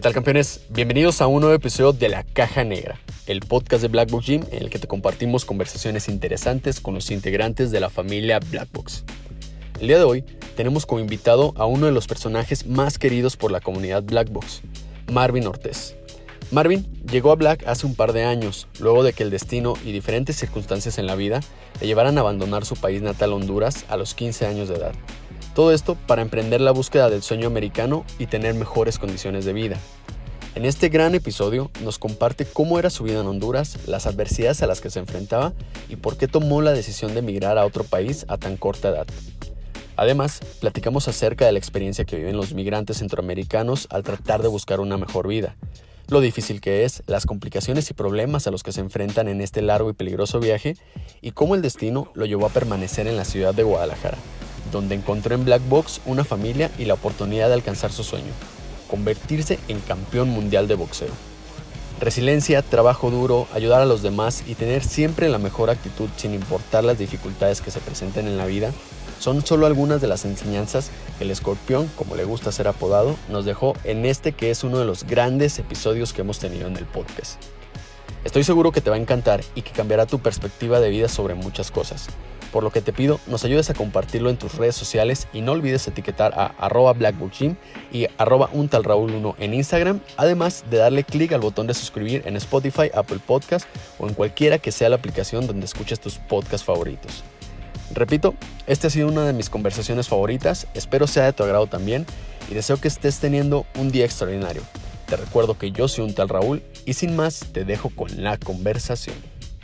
tal, campeones? Bienvenidos a un nuevo episodio de La Caja Negra, el podcast de Black Box Gym en el que te compartimos conversaciones interesantes con los integrantes de la familia Black Box. El día de hoy tenemos como invitado a uno de los personajes más queridos por la comunidad Black Box, Marvin Ortiz. Marvin llegó a Black hace un par de años, luego de que el destino y diferentes circunstancias en la vida le llevaran a abandonar su país natal Honduras a los 15 años de edad. Todo esto para emprender la búsqueda del sueño americano y tener mejores condiciones de vida. En este gran episodio nos comparte cómo era su vida en Honduras, las adversidades a las que se enfrentaba y por qué tomó la decisión de emigrar a otro país a tan corta edad. Además, platicamos acerca de la experiencia que viven los migrantes centroamericanos al tratar de buscar una mejor vida, lo difícil que es, las complicaciones y problemas a los que se enfrentan en este largo y peligroso viaje y cómo el destino lo llevó a permanecer en la ciudad de Guadalajara, donde encontró en Black Box una familia y la oportunidad de alcanzar su sueño, convertirse en campeón mundial de boxeo. Resiliencia, trabajo duro, ayudar a los demás y tener siempre la mejor actitud sin importar las dificultades que se presenten en la vida son solo algunas de las enseñanzas que el escorpión, como le gusta ser apodado, nos dejó en este que es uno de los grandes episodios que hemos tenido en el podcast. Estoy seguro que te va a encantar y que cambiará tu perspectiva de vida sobre muchas cosas. Por lo que te pido, nos ayudes a compartirlo en tus redes sociales y no olvides etiquetar a @BlackBoxGym y @untalraul1 en Instagram, además de darle clic al botón de suscribir en Spotify, Apple Podcast o en cualquiera que sea la aplicación donde escuches tus podcasts favoritos. Repito, esta ha sido una de mis conversaciones favoritas, espero sea de tu agrado también y deseo que estés teniendo un día extraordinario. Te recuerdo que yo soy un tal Raúl y sin más te dejo con la conversación.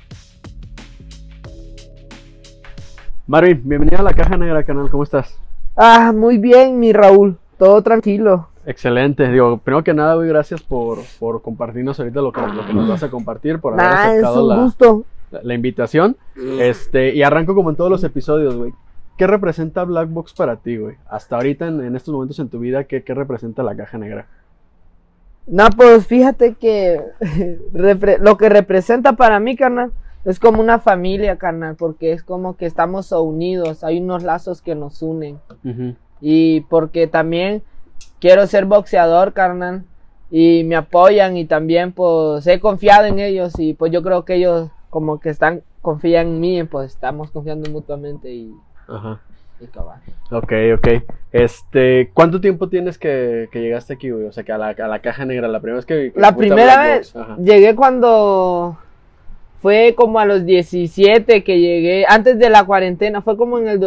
Marvin, bienvenido a La Caja Negra, canal, ¿cómo estás? Muy bien, mi Raúl, todo tranquilo. Excelente, primero que nada, güey, gracias por compartirnos ahorita lo que nos vas a compartir, por haber aceptado es un gusto. La invitación. Y arranco como en todos los episodios, güey. ¿Qué representa Black Box para ti, güey? Hasta ahorita, en estos momentos en tu vida, ¿qué representa La Caja Negra? Pues fíjate que lo que representa para mí, carnal, es como una familia, carnal, porque es como que estamos unidos, hay unos lazos que nos unen. Uh-huh. Y porque también quiero ser boxeador, carnal, y me apoyan y también pues he confiado en ellos y pues yo creo que ellos como que confían en mí y pues estamos confiando mutuamente y... Ajá. Y cabal. Ok. ¿Cuánto tiempo tienes que llegaste aquí, güey? O sea, que a la Caja Negra, la primera vez que la primera vez llegué cuando... Fue como a los 17 que llegué, antes de la cuarentena, fue como en el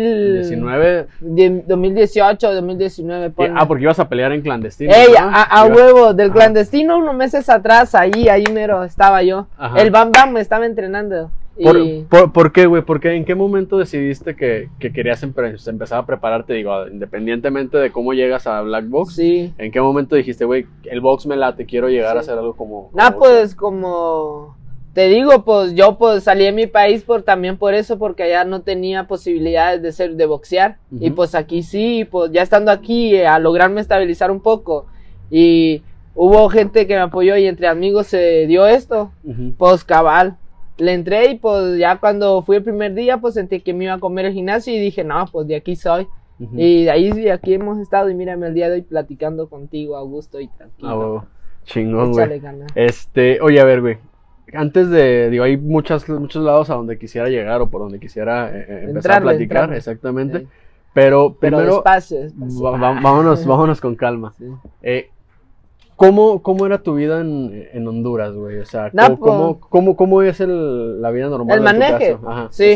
2018, 2019. Porque ibas a pelear en clandestino. Huevo, del clandestino unos meses atrás, ahí mero estaba yo. Ajá. El Bam Bam me estaba entrenando. ¿Por qué, güey? ¿Por qué? ¿En qué momento decidiste que querías empezar a prepararte? Digo, independientemente de cómo llegas a Black Box, sí. ¿En qué momento dijiste, güey, el box me late, quiero llegar a hacer algo como pues como... Te digo, pues yo pues salí de mi país también por eso, porque allá no tenía posibilidades de boxear. Uh-huh. Y pues aquí sí, pues ya estando aquí, a lograrme estabilizar un poco. Y hubo gente que me apoyó y entre amigos se dio esto. Uh-huh. Pues cabal, le entré y pues ya cuando fui el primer día, pues sentí que me iba a comer el gimnasio y dije, no, pues de aquí soy. Uh-huh. Y de aquí hemos estado y mírame el día de hoy platicando contigo a gusto y tranquilo. Chingón, güey. Oye, a ver, güey. Antes hay muchos lados a donde quisiera llegar o por donde quisiera empezar a platicar, exactamente. Sí. Pero primero, despacio. Vámonos con calma. Sí. ¿Cómo era tu vida en Honduras, güey? O sea, ¿cómo es la vida normal? El maneje. En tu caso? Ajá, sí.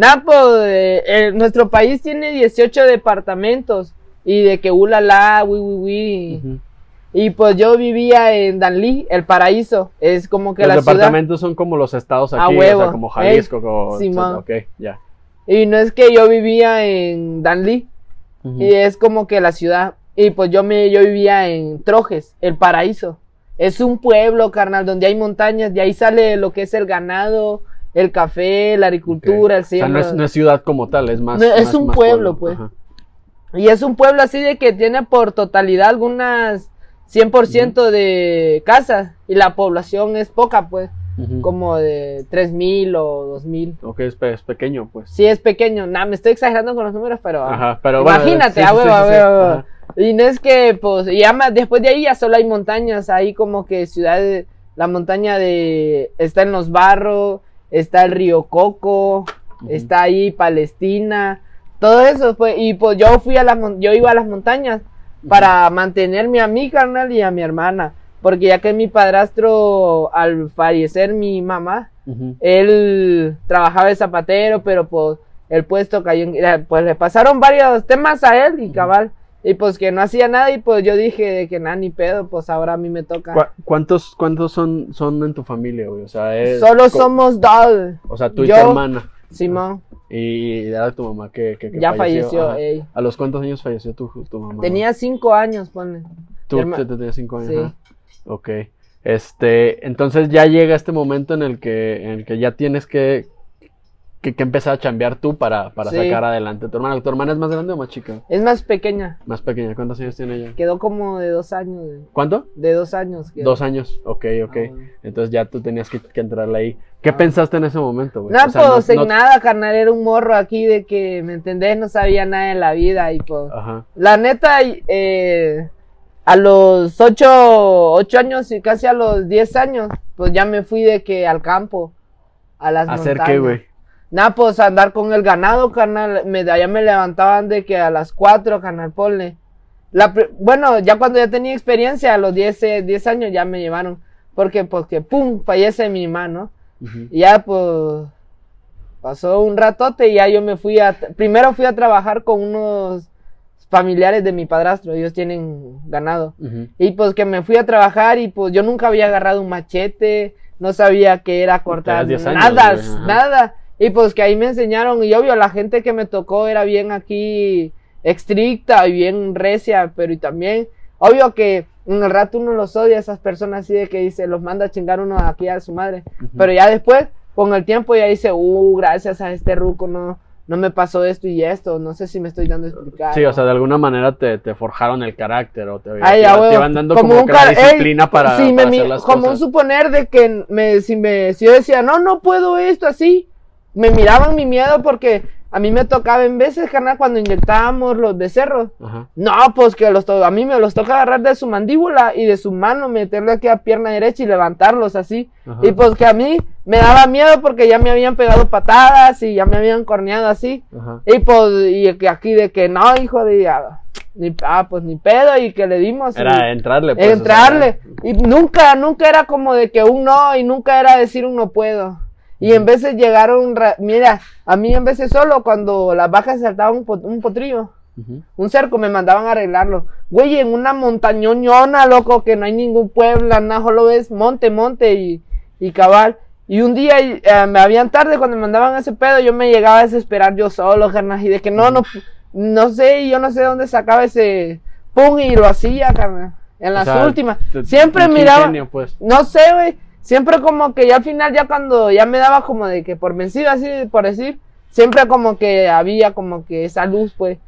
Nuestro país tiene 18 departamentos y de que Uh-huh. Y pues yo vivía en Danlí, El Paraíso, es como que los departamentos son como los estados aquí, o sea, como Jalisco, Simón. Ok, ya. Y no es que yo vivía en Danlí, uh-huh. Y es como que la ciudad, y pues yo vivía en Trojes, El Paraíso. Es un pueblo, carnal, donde hay montañas, de ahí sale lo que es el ganado, el café, la agricultura, el cielo. O sea, no es ciudad como tal, es más... Es un pueblo, pues. Ajá. Y es un pueblo así de que tiene por totalidad algunas... 100% de casas y la población es poca, pues, uh-huh. Como de 3,000 o 2,000. Ok, es pequeño, pues. Sí, es pequeño. Me estoy exagerando con los números, pero... Ajá, pero imagínate, bueno, Y no es que, pues, después de ahí ya solo hay montañas, ahí como que ciudades, la montaña está en Los Barros, está el río Coco, está ahí Palestina, todo eso, pues, y pues yo iba a las montañas para mantenerme a mi carnal y a mi hermana, porque ya que mi padrastro, al fallecer mi mamá, él trabajaba de zapatero, pero pues el puesto cayó, pues le pasaron varios temas a él y cabal, y pues que no hacía nada, y pues yo dije de que nada ni pedo, pues ahora a mí me toca. ¿Cuántos son en tu familia, güey? O sea, solo somos dos. O sea, tú y tu hermana. Simón. Y era tu mamá que ya falleció. ¿A los cuántos años falleció tu mamá? Tenía 5 años, ponle. ¿Tú tenías 5 años? Sí. Ajá. Ok. Entonces ya llega este momento en el que ya tienes que empezar a chambear tú para sacar adelante a tu hermana. ¿Tu hermana es más grande o más chica? Es más pequeña. Más pequeña. ¿Cuántos años tiene ella? Quedó como de 2 años. ¿Cuánto? De 2 años. Quedó. 2 años, ok. Entonces ya tú tenías que entrarle ahí. ¿Qué pensaste en ese momento, güey? No, o sea, pues en nada, carnal, era un morro aquí de que, ¿me entendés? No sabía nada en la vida y pues... Ajá. La neta, a los 8 años y casi a los 10 años, pues ya me fui de que al campo, a las montañas. ¿Hacer qué, güey? Nada, pues andar con el ganado, carnal. Allá me levantaban de que a las 4, carnal, ponle. Bueno, ya cuando ya tenía experiencia, a los 10 años ya me llevaron. Porque pum, fallece mi mamá, ¿no? Y ya, pues, pasó un ratote y ya yo me primero fui a trabajar con unos familiares de mi padrastro. Ellos tienen ganado. Y pues que me fui a trabajar y pues yo nunca había agarrado un machete, no sabía qué era cortar, nada. Y pues que ahí me enseñaron, y obvio, la gente que me tocó era bien aquí estricta y bien recia, pero y también, obvio que en el rato uno los odia a esas personas así de que dice, los manda a chingar uno aquí a su madre, pero ya después, con el tiempo ya dice, gracias a este ruco no me pasó esto y esto, no sé si me estoy dando a explicar. Sí, ¿no? O sea, de alguna manera te forjaron el carácter, o te iban dando como que la disciplina para hacer las como cosas. Un suponer de que si yo decía, no puedo esto así, me miraban mi miedo porque a mí me tocaba en veces, carnal, cuando inyectábamos los becerros. No, pues que a mí me los toca agarrar de su mandíbula y de su mano, meterle aquí a pierna derecha y levantarlos así. Y pues que a mí me daba miedo porque ya me habían pegado patadas y ya me habían corneado así. Y pues, y que aquí de que no, hijo de... pues ni pedo, y que le dimos. Era entrarle, pues. Entrarle. O sea, y nunca era como de que un no, y nunca era decir un no puedo. Y en veces llegaron, mira, a mí en veces solo cuando las vacas saltaban un potrillo, un cerco, me mandaban a arreglarlo. Güey, en una montañoñona, loco, que no hay ningún pueblo, nada, solo ves monte y cabal. Y un día me habían tarde cuando me mandaban ese pedo, yo me llegaba a desesperar yo solo, carnal, y de que no sé, yo no sé dónde sacaba ese pum, y lo hacía, carnal, en las últimas. Siempre miraba, pues. No sé, güey. Siempre como que ya al final, ya cuando ya me daba como de que por vencido, así por decir, siempre como que había como que esa luz, pues.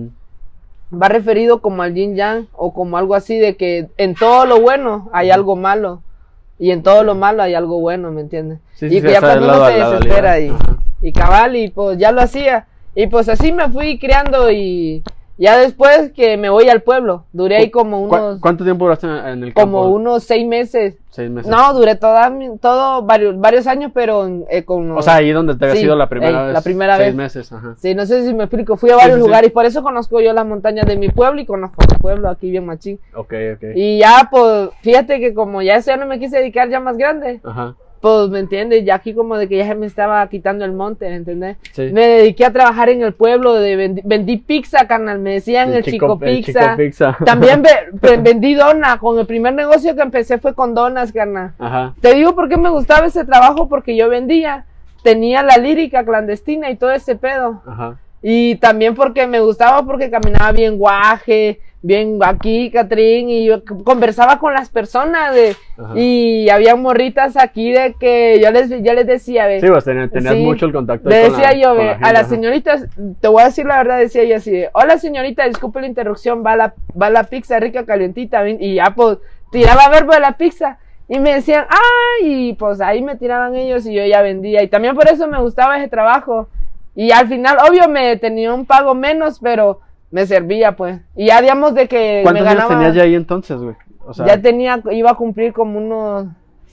Va referido como al yin yang, o como algo así de que en todo lo bueno hay algo malo, y en todo lo malo hay algo bueno, ¿me entiendes? Y que ya cuando uno se desespera y cabal, y pues ya lo hacía, y pues así me fui creando, y ya después que me voy al pueblo, duré ahí como unos... ¿Cuánto tiempo duraste en el campo? Como unos 6 meses. 6 meses. No, duré todo varios años, pero con... O sea, ahí donde te había sido la primera vez. La primera vez. 6 meses, ajá. Sí, no sé si me explico. Fui a varios lugares, y por eso conozco yo las montañas de mi pueblo y conozco mi pueblo aquí bien machín. Ok. Y ya, pues, fíjate que como ya no me quise dedicar ya más grande. Ajá. Pues, ¿me entiendes? Ya aquí como de que ya se me estaba quitando el monte, ¿me entiendes? Sí. Me dediqué a trabajar en el pueblo, vendí pizza, carnal, me decían el chico pizza. También vendí dona, con el primer negocio que empecé fue con donas, carnal. Ajá. Te digo por qué me gustaba ese trabajo, porque yo vendía, tenía la lírica clandestina y todo ese pedo. Ajá. Y también porque me gustaba porque caminaba bien guaje, bien aquí, Catrín, y yo conversaba con las personas y había morritas aquí de que yo les decía, sí, vos tenías mucho el contacto. Le decía yo, a las señoritas, te voy a decir la verdad, decía yo así, hola señorita, disculpe la interrupción, va la pizza rica, calientita, y ya pues tiraba verbo de la pizza. Y me decían, ¡ay! Y pues ahí me tiraban ellos y yo ya vendía. Y también por eso me gustaba ese trabajo. Y al final, obvio, me tenía un pago menos, pero me servía, pues. Y ya digamos de que ¿Cuántos me ganaba... años tenías ya ahí entonces, güey? O sea, ya iba a cumplir como unos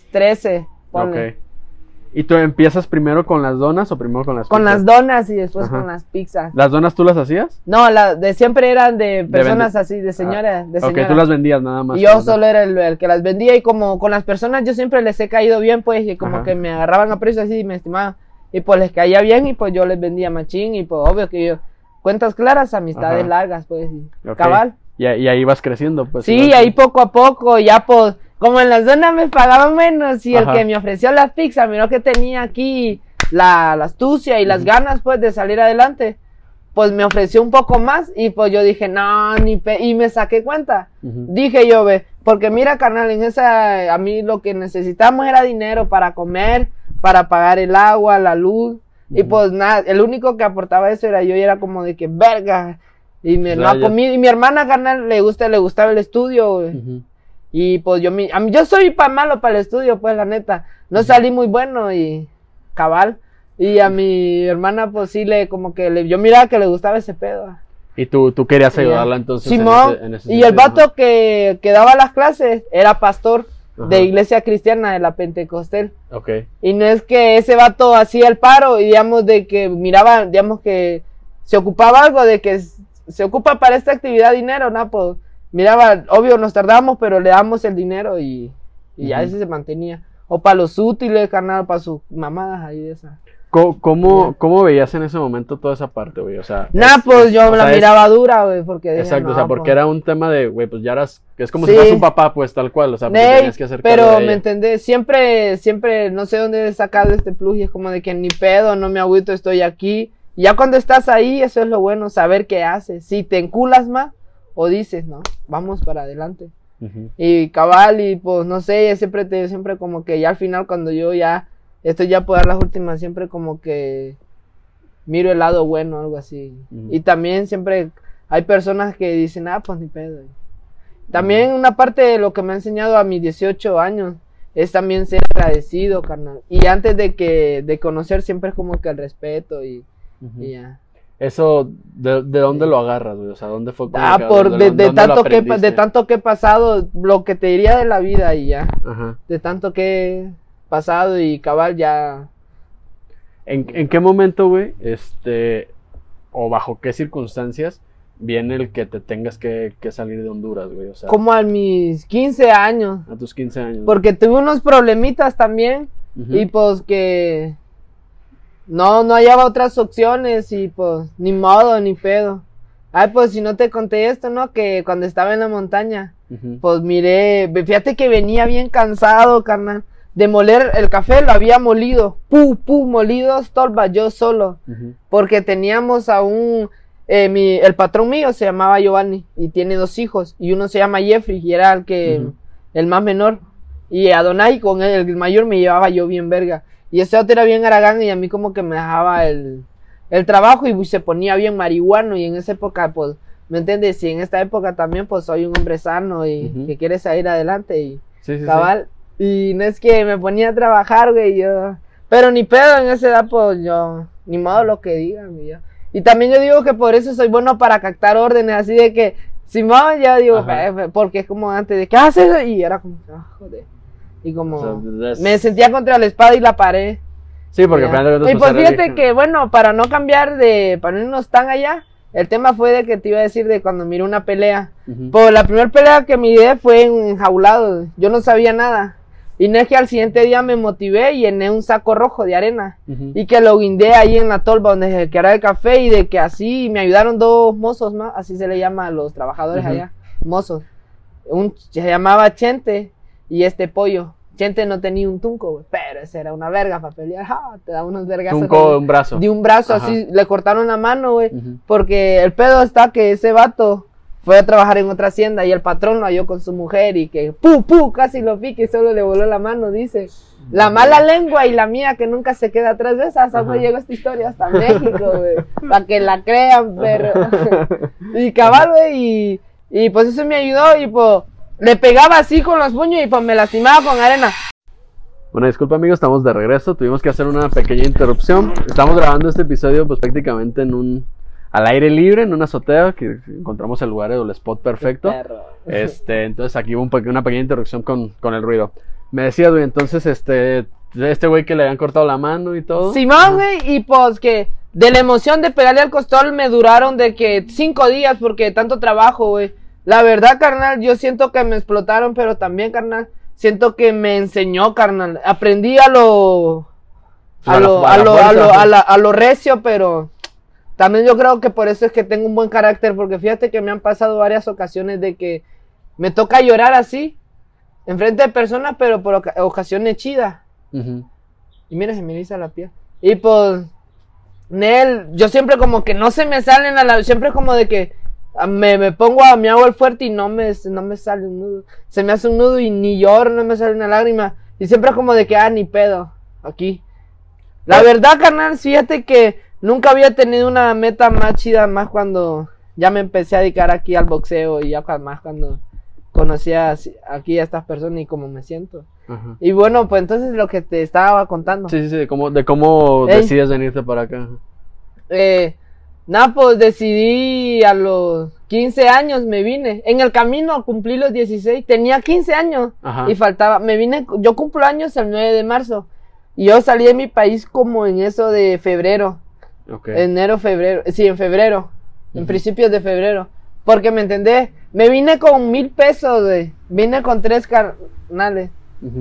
13, ponle. ok. ¿Y tú empiezas primero con las donas o primero con las Con pizzas? las donas y después Ajá. con las pizzas. ¿Las donas tú las hacías? No, de siempre eran de personas vendi- así, de señoras, de Ok, señoras. tú las vendías nada más. Y yo solo era el que las vendía y como con las personas yo siempre les he caído bien, pues, y como Ajá. que me agarraban a precio así y me estimaban. Y pues les caía bien y pues yo les vendía machín y pues obvio que yo, cuentas claras, amistades Ajá. largas, pues, y Ok. cabal. Y ahí vas creciendo, pues. Sí, ibas- ahí poco a poco, ya pues, como en la zona me pagaban menos y Ajá. el que me ofreció la pizza, miró que tenía aquí la astucia y las ganas, pues, de salir adelante, pues me ofreció un poco más y pues yo dije, no, y me saqué cuenta. Ujú. Dije yo, ve, porque mira, carnal, a mí lo que necesitamos era dinero para comer, para pagar el agua, la luz, y Ujú. pues nada, el único que aportaba eso era yo y era como de que, verga, y O sea, no ha ya- comido, y mi hermana, carnal, le gustaba el estudio, güey. Ujú. Y pues yo soy malo para el estudio, pues la neta. No salí muy bueno y cabal. Y a mi hermana pues sí yo miraba que le gustaba ese pedo. Y tú querías Y ya. ayudarla entonces Simón, en ese y el sentido, vato que daba las clases era pastor Ajá. de iglesia cristiana de la Pentecostal. ¿no? Ok. Y no es que ese vato hacía el paro y digamos de que miraba, digamos que se ocupaba algo de que se ocupa para esta actividad dinero, ¿no? Pues miraba, obvio nos tardamos, pero le damos el dinero y ya Ujú. ese se mantenía. O para los útiles, carnal, para sus mamadas ahí de esa. ¿Cómo veías en ese momento toda esa parte, güey? O sea, Nah, pues yo o la sea, miraba dura, güey, porque dije, exacto, no, o sea, porque pues. era un tema de, güey, pues ya eras, que es como Sí. si fueras un papá, pues tal cual, o sea, porque Ney, tenías que hacer cargo pero de me ella. entendés, siempre, no sé dónde he sacado este plus y es como de que ni pedo, no me agüito, estoy aquí. Y ya cuando estás ahí, eso es lo bueno, saber qué haces. Si te enculas más o dices, no, vamos para adelante. Ujú. Y cabal, y pues no sé, siempre como que ya al final cuando yo ya estoy ya por dar las últimas, siempre como que miro el lado bueno, algo así. Ujú. Y también siempre hay personas que dicen, pues ni pedo. También una parte de lo que me ha enseñado a mis 18 años es también ser agradecido, carnal. Y antes de conocer siempre es como que el respeto y Ujú. ya. Eso, ¿de dónde lo agarras, güey? O sea, ¿dónde fue? como que- Por dónde- de dónde lo tanto de aprendiste? tanto que he pasado, lo que te diría de la vida y ya. Ajá. De tanto que he pasado y cabal ya. ¿En qué momento, güey, o bajo qué circunstancias viene el que te tengas que salir de Honduras, güey? O sea, Como a mis 15 años. a tus 15 años. Porque tuve unos problemitas también. Ujú. Y pues que no hallaba otras opciones y pues ni modo, ni pedo. Ay, pues si no te conté esto, ¿no? Que cuando estaba en la montaña, Ujú. pues miré, fíjate que venía bien cansado, carnal. De moler el café, lo había molido. Molido, stolba, yo solo. Ujú. Porque teníamos a el patrón mío se llamaba Giovanni y tiene 2 hijos. Y uno se llama Jeffrey y era Ujú. el más menor. Y Adonai con el mayor me llevaba yo bien verga. Y ese otro era bien aragán y a mí como que me dejaba el trabajo y se ponía bien marihuano. Y en esa época, pues, ¿me entiendes? Y en esta época también, pues, soy un hombre sano y Ujú. que quiere salir adelante y Sí, sí, cabal. Y no es que me ponía a trabajar, güey, yo. Pero ni pedo en esa edad, pues, yo, ni modo lo que digan, güey. Y también yo digo que por eso soy bueno para captar órdenes, así de que, Simón, ya digo, Ajá. porque es como antes de, ¿qué haces? Y era como, joder. Y como, O sea, me sentía contra la espada y la pared. Sí, porque Ya. al final de cuentas, Y pues era fíjate el- que, bueno, para no cambiar para no irnos tan allá, el tema fue de que te iba a decir de cuando miré una pelea. Ujú. Pues la primera pelea que miré fue enjaulado, yo no sabía nada. Y no es que al siguiente día me motivé y llené un saco rojo de arena. Ujú. Y que lo guindé ahí en la tolva donde se quedaba el café y de que así me ayudaron 2 mozos más, así se le llama a los trabajadores Ujú. allá, mozos. Se llamaba Chente y Pollo. Chente no tenía un tunco, güey, pero ese era una verga para pelear. Te da unos vergazos. Tunco de un brazo. De un brazo Ajá. así, le cortaron la mano, güey. Ujú. Porque el pedo está que ese vato fue a trabajar en otra hacienda y el patrón lo halló con su mujer y que casi lo pique y solo le voló la mano, dice. La mala lengua y la mía que nunca se queda atrás de esa, hasta dónde llegó esta historia, hasta México, güey, para que la crean, pero... y cabal, güey, y pues eso me ayudó y pues le pegaba así con los puños y pues me lastimaba con arena. Bueno, disculpa amigos, estamos de regreso, tuvimos que hacer una pequeña interrupción. Estamos grabando este episodio pues prácticamente en un al aire libre en una azotea, que encontramos el lugar, el spot perfecto. Entonces aquí hubo una pequeña interrupción con el ruido. Me decías, güey, entonces este güey que le habían cortado la mano y todo. Simón, güey, y pues que de la emoción de pegarle al costón me duraron de que 5 días porque tanto trabajo, güey. La verdad, carnal, yo siento que me explotaron, pero también, carnal, siento que me enseñó, carnal. Aprendí a lo recio, pero también yo creo que por eso es que tengo un buen carácter, porque fíjate que me han pasado varias ocasiones de que me toca llorar así, enfrente de personas, pero por ocasiones chidas. Y mira, se me eriza la piel. Y pues, Nel, yo siempre como que no se me salen siempre como de que me hago el fuerte y no me sale un nudo. Se me hace un nudo y ni lloro, no me sale una lágrima. Y siempre como de que, ni pedo, aquí. La verdad, carnal, fíjate que nunca había tenido una meta más chida, más cuando ya me empecé a dedicar aquí al boxeo y ya más cuando conocí aquí a estas personas y cómo me siento. Y bueno, pues entonces lo que te estaba contando. Sí, de cómo decides venirte para acá. Pues decidí a los 15 años me vine. En el camino cumplí los 16, tenía 15 años y faltaba, yo cumplo años el 9 de marzo. Y yo salí de mi país como en eso de febrero. Enero, febrero. Sí, en febrero. En principios de febrero. Porque, ¿me entendés? Me vine con 1,000 pesos, güey. Vine con 3 carnales.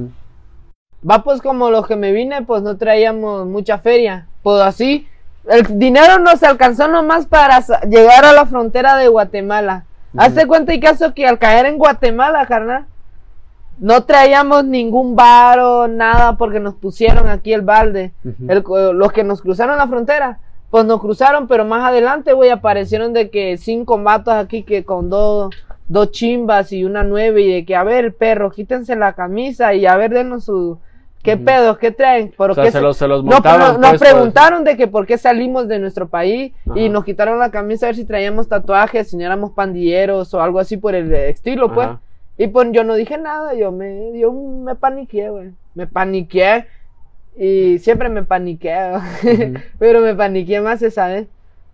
Va, pues como los que me vine, pues no traíamos mucha feria. Pues así, el dinero nos alcanzó nomás para llegar a la frontera de Guatemala. Hazte cuenta y caso que al caer en Guatemala, carnal, no traíamos ningún varo, nada, porque nos pusieron aquí el balde. Los que nos cruzaron la frontera, pues nos cruzaron, pero más adelante, güey, aparecieron de que 5 matos aquí que con dos chimbas y una 9, y de que, a ver, perro, quítense la camisa y a ver, denos su... ¿Qué pedos? ¿Qué traen? ¿Por qué se los montaban? Nos preguntaron de que por qué salimos de nuestro país y nos quitaron la camisa a ver si traíamos tatuajes, si no éramos pandilleros o algo así por el estilo, pues. Y pues yo no dije nada, yo me paniqué, güey. Me paniqué y siempre me paniqué, pero me paniqué más esa vez.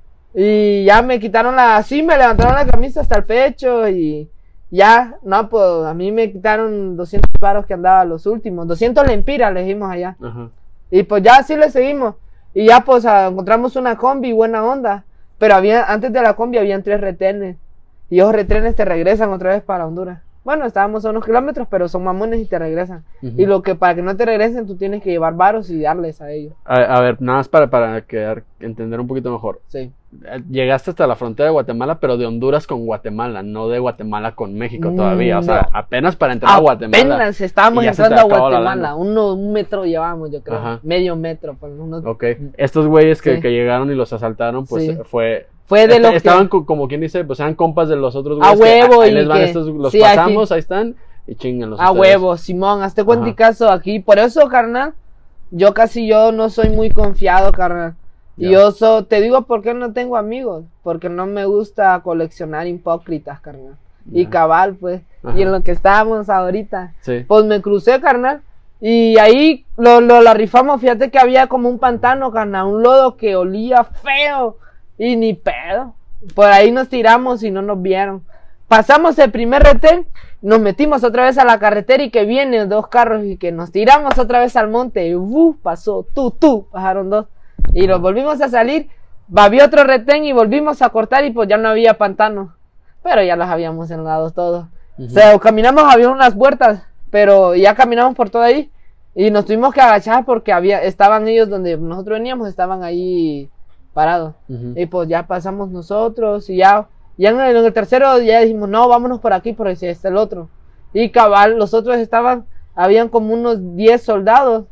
Y ya me quitaron me levantaron la camisa hasta el pecho y ya, pues a mí me quitaron 200 varos que andaba los últimos, 200 lempiras le dijimos allá. Y pues ya así le seguimos. Y ya pues encontramos una combi, buena onda. Pero antes de la combi habían 3 retenes. Y esos retenes te regresan otra vez para Honduras. Bueno, estábamos a unos kilómetros, pero son mamones y te regresan. Y para que no te regresen, tú tienes que llevar varos y darles a ellos. A ver, nada más para entender un poquito mejor. Sí. Llegaste hasta la frontera de Guatemala, pero de Honduras con Guatemala, no de Guatemala con México todavía. O sea, apenas para entrar a Guatemala. Apenas estábamos entrando a Guatemala. Un metro llevábamos, yo creo. Medio metro. Pues, Estos güeyes que llegaron y los asaltaron, pues fue de los estaban como quien dice, pues eran compas de los otros güeyes. A huevo, ahí les van estos, los pasamos, ahí están, y chinganlos. A huevo, Simón, hazte cuenta y caso aquí. Por eso, carnal, yo no soy muy confiado, carnal. Y te digo por qué no tengo amigos. Porque no me gusta coleccionar hipócritas, carnal. Y cabal, pues. Y en lo que estábamos ahorita. Pues me crucé, carnal. Y ahí la rifamos. Fíjate que había como un pantano, carnal. Un lodo que olía feo. Y ni pedo. Por ahí nos tiramos y no nos vieron. Pasamos el primer retén, nos metimos otra vez a la carretera y que vienen 2 carros y que nos tiramos otra vez al monte. Y pasó, bajaron 2. Y nos volvimos a salir, había otro retén y volvimos a cortar y pues ya no había pantano. Pero ya los habíamos enlodado todos. O sea, caminamos, había unas puertas, pero ya caminamos por todo ahí. Y nos tuvimos que agachar porque estaban ellos donde nosotros veníamos, estaban ahí parados. Y pues ya pasamos nosotros y ya en el tercero ya dijimos, no, vámonos por aquí porque si está el otro. Y cabal, los otros habían como unos 10 soldados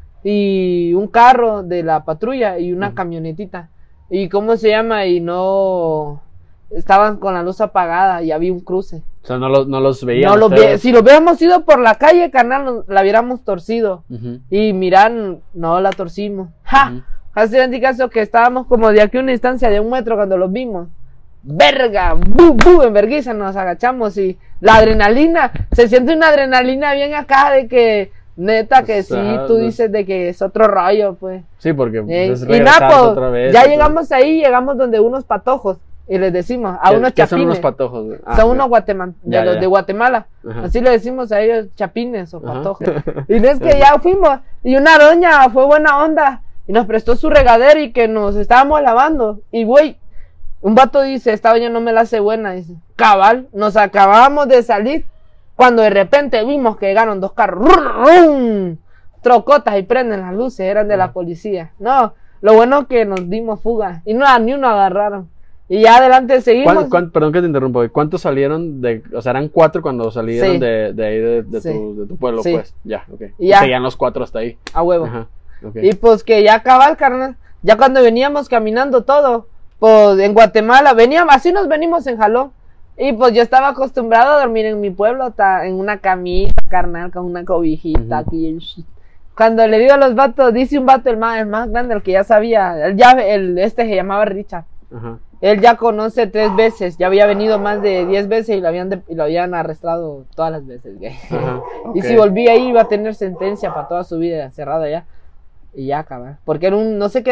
y un carro de la patrulla y una camionetita. Y cómo se llama, y no estaban con la luz apagada y había un cruce. O sea, no los veían. Si lo hubiéramos ido por la calle, carnal, la hubiéramos torcido. Y miran, no la torcimos. Hace en caso que estábamos como de aquí a una distancia de 1 metro cuando los vimos. Verga, en vergüenza nos agachamos y la adrenalina, se siente una adrenalina bien acá de que Neta que sí, tú dices de que es otro rollo, pues. Sí, porque es y nada, pues, otra vez. Ya llegamos ahí, llegamos donde unos patojos. Y les decimos a unos ¿Qué chapines. son unos patojos? Son unos de Guatemala. Ajá. Así le decimos a ellos chapines o Ajá. patojos. Y no es que ya fuimos. Y una doña fue buena onda. Y nos prestó su regadera y que nos estábamos lavando. Y güey, un vato dice, esta doña no me la hace buena. Dice, cabal, nos acabábamos de salir. Cuando de repente vimos que llegaron 2 carros. ¡Rum! Trocotas y prenden las luces. Eran de la policía. No, lo bueno que nos dimos fuga. Y no, ni uno agarraron. Y ya adelante seguimos. Perdón que te interrumpa. ¿Cuántos salieron o sea, eran 4 cuando salieron Sí. de ahí de Sí. tu pueblo, Sí. pues? Ya, ok. Y ya. Seguían los 4 hasta ahí. A huevo. Ajá, ok. Y pues que ya cabal, carnal. Ya cuando veníamos caminando todo, pues en Guatemala, así nos venimos en jalón. Y pues yo estaba acostumbrado a dormir en mi pueblo, en una camita, carnal, con una cobijita aquí. Cuando le digo a los vatos, dice un vato, el más grande, el que ya sabía, este se llamaba Richard. Ajá. Él ya conoce 3 veces, ya había venido más de 10 veces y lo habían arrestado todas las veces, güey. Ajá, Y ok. si volvía ahí iba a tener sentencia para toda su vida, cerrado allá. Y ya, cabrón. Porque era no sé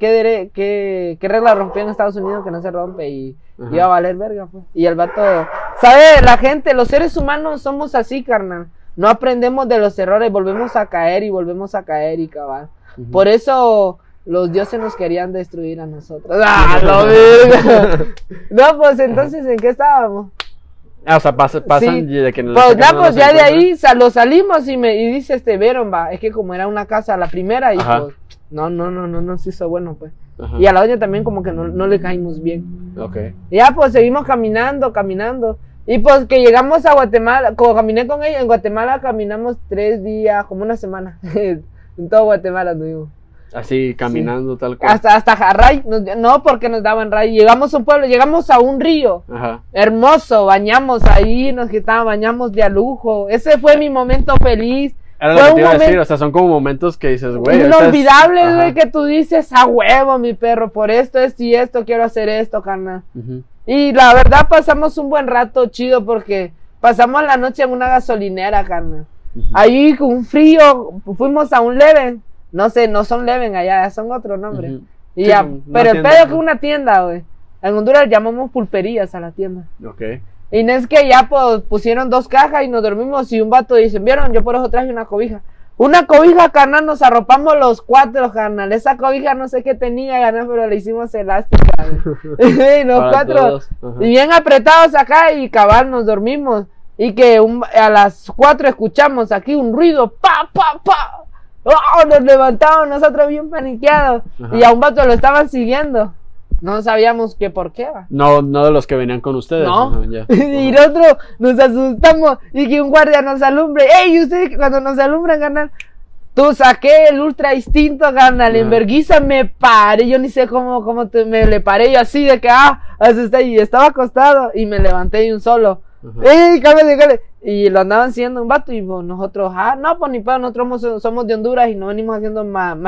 qué regla rompió en Estados Unidos que no se rompe y Ajá. iba a valer verga, pues. Y el vato, ¿sabe? La gente, los seres humanos somos así, carnal. No aprendemos de los errores, volvemos a caer y cabal. Ujú. Por eso los dioses nos querían destruir a nosotros. ¡Ah, lo verga! No, pues entonces, ¿en qué estábamos? Ah, o sea, pasan Sí. de que Pues ya, no pues los ya de encuentran. ahí lo salimos y dice vieron, va, es que como era una casa la primera y Ajá. pues no se hizo bueno, pues. Ajá. Y a la doña también como que no le caímos bien. Ok. Y ya pues seguimos caminando. Y pues que llegamos a Guatemala, como caminé con ella, en Guatemala caminamos 3 días, como una semana. En todo Guatemala estuvimos. Así, caminando tal cual. Hasta Jarray, no porque nos daban ray. Llegamos a un pueblo, llegamos a un río. Ajá. Hermoso, bañamos ahí, bañamos de a lujo. Ese fue mi momento feliz. Era Fue lo que un te iba a decir, momento o sea, son como momentos que dices, güey. ahorita inolvidable, Ajá. güey, que tú dices, a huevo, mi perro, por esto y esto, quiero hacer esto, carnal. Ujú. Y la verdad pasamos un buen rato chido porque pasamos la noche en una gasolinera, carnal. Ujú. Ahí con un frío, fuimos a un Leven. No sé, no son Leven allá, son otro nombre. Ujú. Y Sí, ya, una pero el tienda, pedo ajá. que una tienda, güey. En Honduras llamamos pulperías a la tienda. Ok. Y no es que ya pues, pusieron 2 cajas y nos dormimos y un vato dice, ¿vieron? Yo por eso traje una cobija. Una cobija, carnal, nos arropamos los 4, carnal. Esa cobija no sé qué tenía, carnal, pero la hicimos elástica. Güey. Los Para 4. todos, ajá. Y bien apretados acá y cabal nos dormimos. Y que a las 4 escuchamos aquí un ruido, pa, pa, pa. ¡Oh! Nos levantamos nosotros bien paniqueados. Ajá. Y a un vato lo estaban siguiendo. No sabíamos que por qué, va. No de los que venían con ustedes. No. Ajá, ya. Y nosotros nos asustamos y que un guardia nos alumbre. ¡Ey! Usted cuando nos alumbran, carnal. Tú saqué el ultra instinto, carnal. Ajá. En vergüenza me paré. Yo ni sé cómo me le paré. Yo así de que, asusté. Y estaba acostado y me levanté de un solo. Ajá. ¡Ey! Cállate! Y lo andaban siguiendo un vato y pues, nosotros, no, pues ni pedo, nosotros somos de Honduras y no venimos haciendo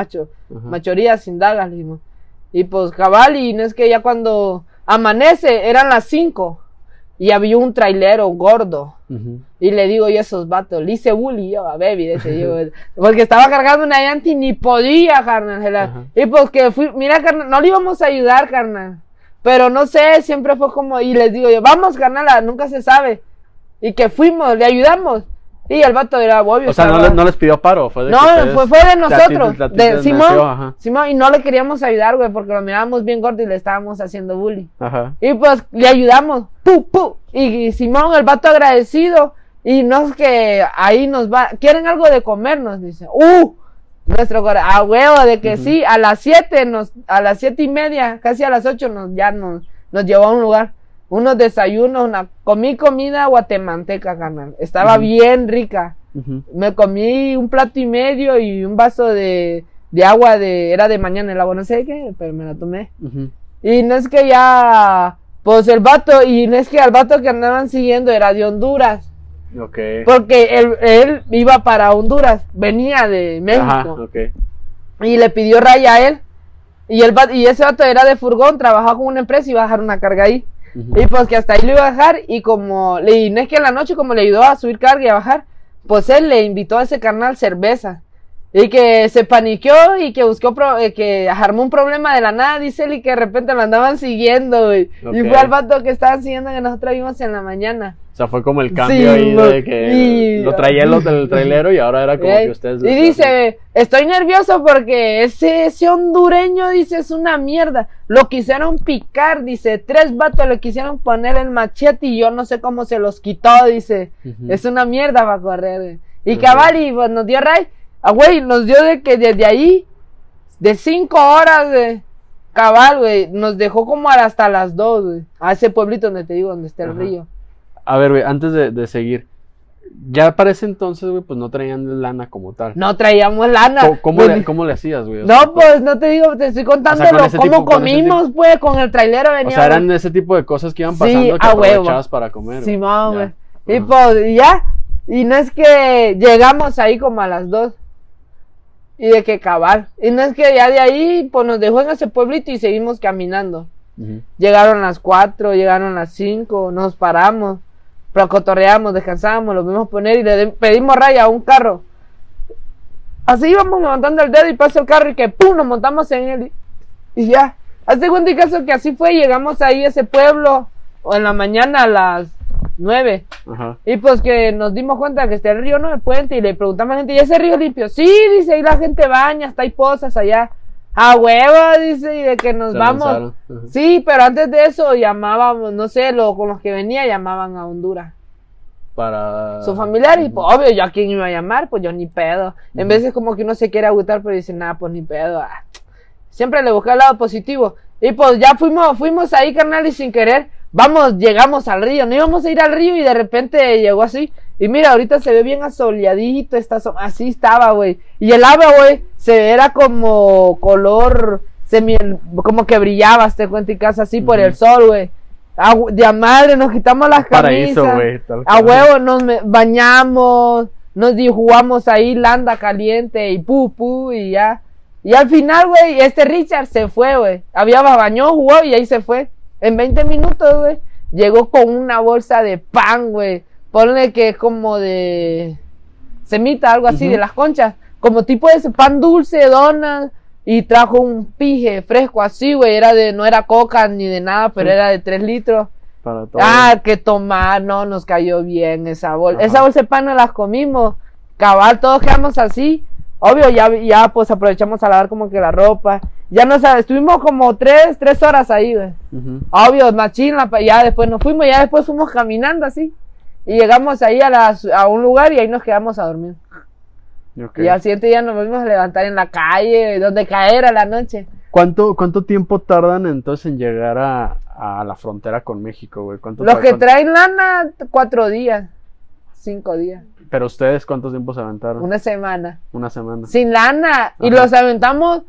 machorías sin dagas, le dijimos. Y pues cabal, y no es que ya cuando amanece, eran las 5 y había un trailero gordo. Ujú. Y le digo yo a esos vatos, le hice bully yo a Baby, porque estaba cargando una llanta y ni podía, carnal. Ajá. Y pues que mira, carnal, no le íbamos a ayudar, carnal. Pero no sé, siempre fue como, y les digo yo, vamos, carnal, nunca se sabe. Y que fuimos, le ayudamos. Y el vato era obvio. O sea, no les pidió paro, fue de No, que ustedes- fue de nosotros, a ti de te Simón, nació, ajá. Simón, y no le queríamos ayudar, güey, porque lo mirábamos bien gordo y le estábamos haciendo bullying. Ajá. Y pues le ayudamos, y Simón, el vato agradecido, y no es que ahí quieren algo de comer, nos dice, nuestro corazón, a huevo, de que Ujú. sí, a las 7:30, casi a las 8 nos llevó a un lugar, unos desayunos, comí comida guatemalteca, carnal, estaba Ujú. bien rica. Ujú. Me comí un plato y medio y un vaso de agua era de mañana el agua, no sé qué, pero me la tomé. Ujú. Y no es que ya, pues el vato, y no es que al vato que andaban siguiendo era de Honduras, Ok. porque él iba para Honduras, venía de México, Ajá, ok. y le pidió raya a él, y ese vato era de furgón, trabajaba con una empresa y iba a dejar una carga ahí. Ujú. Y pues que hasta ahí lo iba a dejar, y no es que en la noche como le ayudó a subir carga y a bajar, pues él le invitó a ese carnal cerveza. Y que se paniqueó y que buscó, que armó un problema de la nada, dice él, y que de repente lo andaban siguiendo, güey. Okay. Y fue al vato que estaban siguiendo que nosotros vimos en la mañana. O sea, fue como el cambio ahí de que lo traía el trailero y ahora era como que ustedes... Y dice, estoy nervioso porque ese hondureño, dice, es una mierda. Lo quisieron picar, dice, 3 vatos le quisieron poner el machete y yo no sé cómo se los quitó, dice. Es una mierda para correr, güey. Y cabal, y pues nos dio ray. Güey, nos dio de que desde ahí, de 5 horas, güey, cabal, güey, nos dejó como hasta las 2, güey, a ese pueblito donde te digo, donde está el río. A ver, güey, antes de seguir, ya para ese entonces, güey, pues no traían lana como tal. No traíamos lana. ¿Cómo le hacías, güey? No, pues no te digo, te estoy contando cómo comimos, pues, con el trailero veníamos. O sea, eran ese tipo de cosas que iban pasando que aprovechabas para comer. Sí, güey. Y pues, ya, y no es que llegamos ahí como a las 2. Y de que cabal. Y no es que ya de ahí, pues nos dejó en ese pueblito y seguimos caminando. Llegaron las 4, llegaron las 5, nos paramos, cotorreamos, descansamos, lo vimos poner y le pedimos raya a un carro. Así íbamos levantando el dedo y pasa el carro y que pum, nos montamos en él. Y ya. Hazte cuenta caso que así fue, llegamos ahí a ese pueblo, o en la mañana a las 9. Y pues que nos dimos cuenta que está el río, ¿no? El puente, y le preguntamos a la gente, ¿y ese río limpio? Sí, dice, ahí la gente baña, hasta hay pozas allá. A huevo, dice, y de que nos vamos. Sí, pero antes de eso llamábamos, no sé, con los que venía llamaban a Honduras. Para su familiar, y pues obvio, yo a quién iba a llamar, pues yo ni pedo. En veces como que uno se quiere agüitar, pero dice, nada, pues ni pedo. Siempre le busqué el lado positivo. Y pues ya fuimos ahí, carnal, y sin querer, llegamos al río, no íbamos a ir al río y de repente llegó así. Y mira, ahorita se ve bien asoleadito, así estaba, güey. Y el agua, güey, era como color, como que brillaba, te cuento, y casa así por el sol, güey. De madre, nos quitamos las camisas. Paraíso, güey. A huevo, nos bañamos, nos jugamos ahí landa caliente y y ya. Y al final, güey, Richard se fue, güey. Bañó, jugó y ahí se fue. En 20 minutos, güey, llegó con una bolsa de pan, güey. Ponle que es como de semita, algo así, de las conchas. Como tipo de ese pan dulce, donas. Y trajo un pije fresco así, güey. No era coca ni de nada, pero era de 3 litros. Para todo. Que tomar, no, nos cayó bien esa bolsa. Esa bolsa de pan no las comimos. Cabal, todos quedamos así. Obvio, ya pues aprovechamos a lavar como que la ropa. Ya estuvimos como 3 horas ahí, güey. Obvio, machín, ya después nos fuimos, ya después fuimos caminando así. Y llegamos ahí a un lugar y ahí nos quedamos a dormir. Okay. Y al siguiente día nos volvimos a levantar en la calle, donde caer a la noche. ¿Cuánto tiempo tardan entonces en llegar a la frontera con México, güey? Los que traen lana, 4 días, 5 días. ¿Pero ustedes cuánto tiempo se aventaron? Una semana. Sin lana. Ajá. Y los aventamos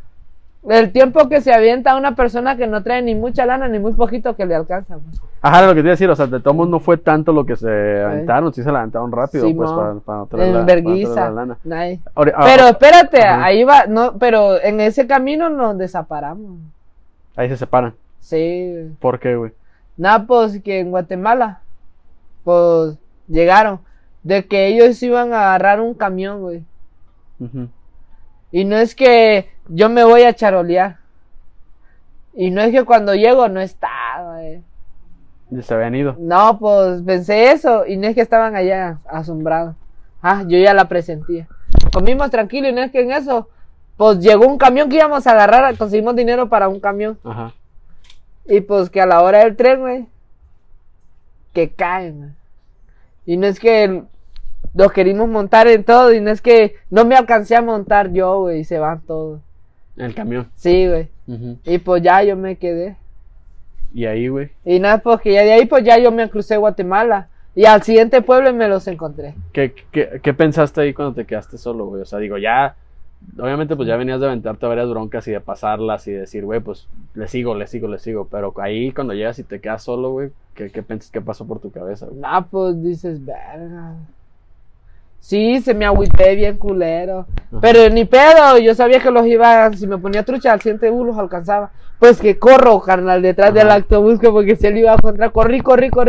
el tiempo que se avienta una persona que no trae ni mucha lana ni muy poquito que le alcanza. Pues. Ajá, lo que te iba a decir, o sea, de todos modos no fue tanto lo que se aventaron, sí se la aventaron rápido, sí, pues, para no tener la lana. Pero espérate, ahí va, no, pero en ese camino nos desaparamos. Ahí se separan. Sí. ¿Por qué, güey? Nada, pues que en Guatemala, pues llegaron, de que ellos iban a agarrar un camión, güey. Y no es que yo me voy a charolear. Y no es que cuando llego no está, güey. ¿Ya se habían ido? No, pues pensé eso. Y no es que estaban allá asombrados. Yo ya la presentía. Comimos tranquilo y no es que en eso, pues llegó un camión que íbamos a agarrar, conseguimos dinero para un camión. Ajá. Y pues que a la hora del tren, güey, que caen, güey. Y no es que los querimos montar en todo, y no es que no me alcancé a montar yo, güey, y se van todos. ¿En el camión? Sí, güey. Y pues ya yo me quedé. ¿Y ahí, güey? Y nada, pues que ya de ahí, pues ya yo me crucé Guatemala. Y al siguiente pueblo me los encontré. ¿Qué pensaste ahí cuando te quedaste solo, güey? O sea, digo, ya, obviamente pues ya venías de aventarte varias broncas y de pasarlas y de decir, güey, pues le sigo. Pero ahí cuando llegas y te quedas solo, güey, ¿qué piensas que pasó por tu cabeza, güey? Nah, pues dices, verga. Sí, se me agüité bien culero. Ajá. Pero ni pedo, yo sabía que los iba, si me ponía trucha al siguiente los alcanzaba. Pues que corro, carnal, detrás del autobús, como que se le iba a encontrar. Corrí.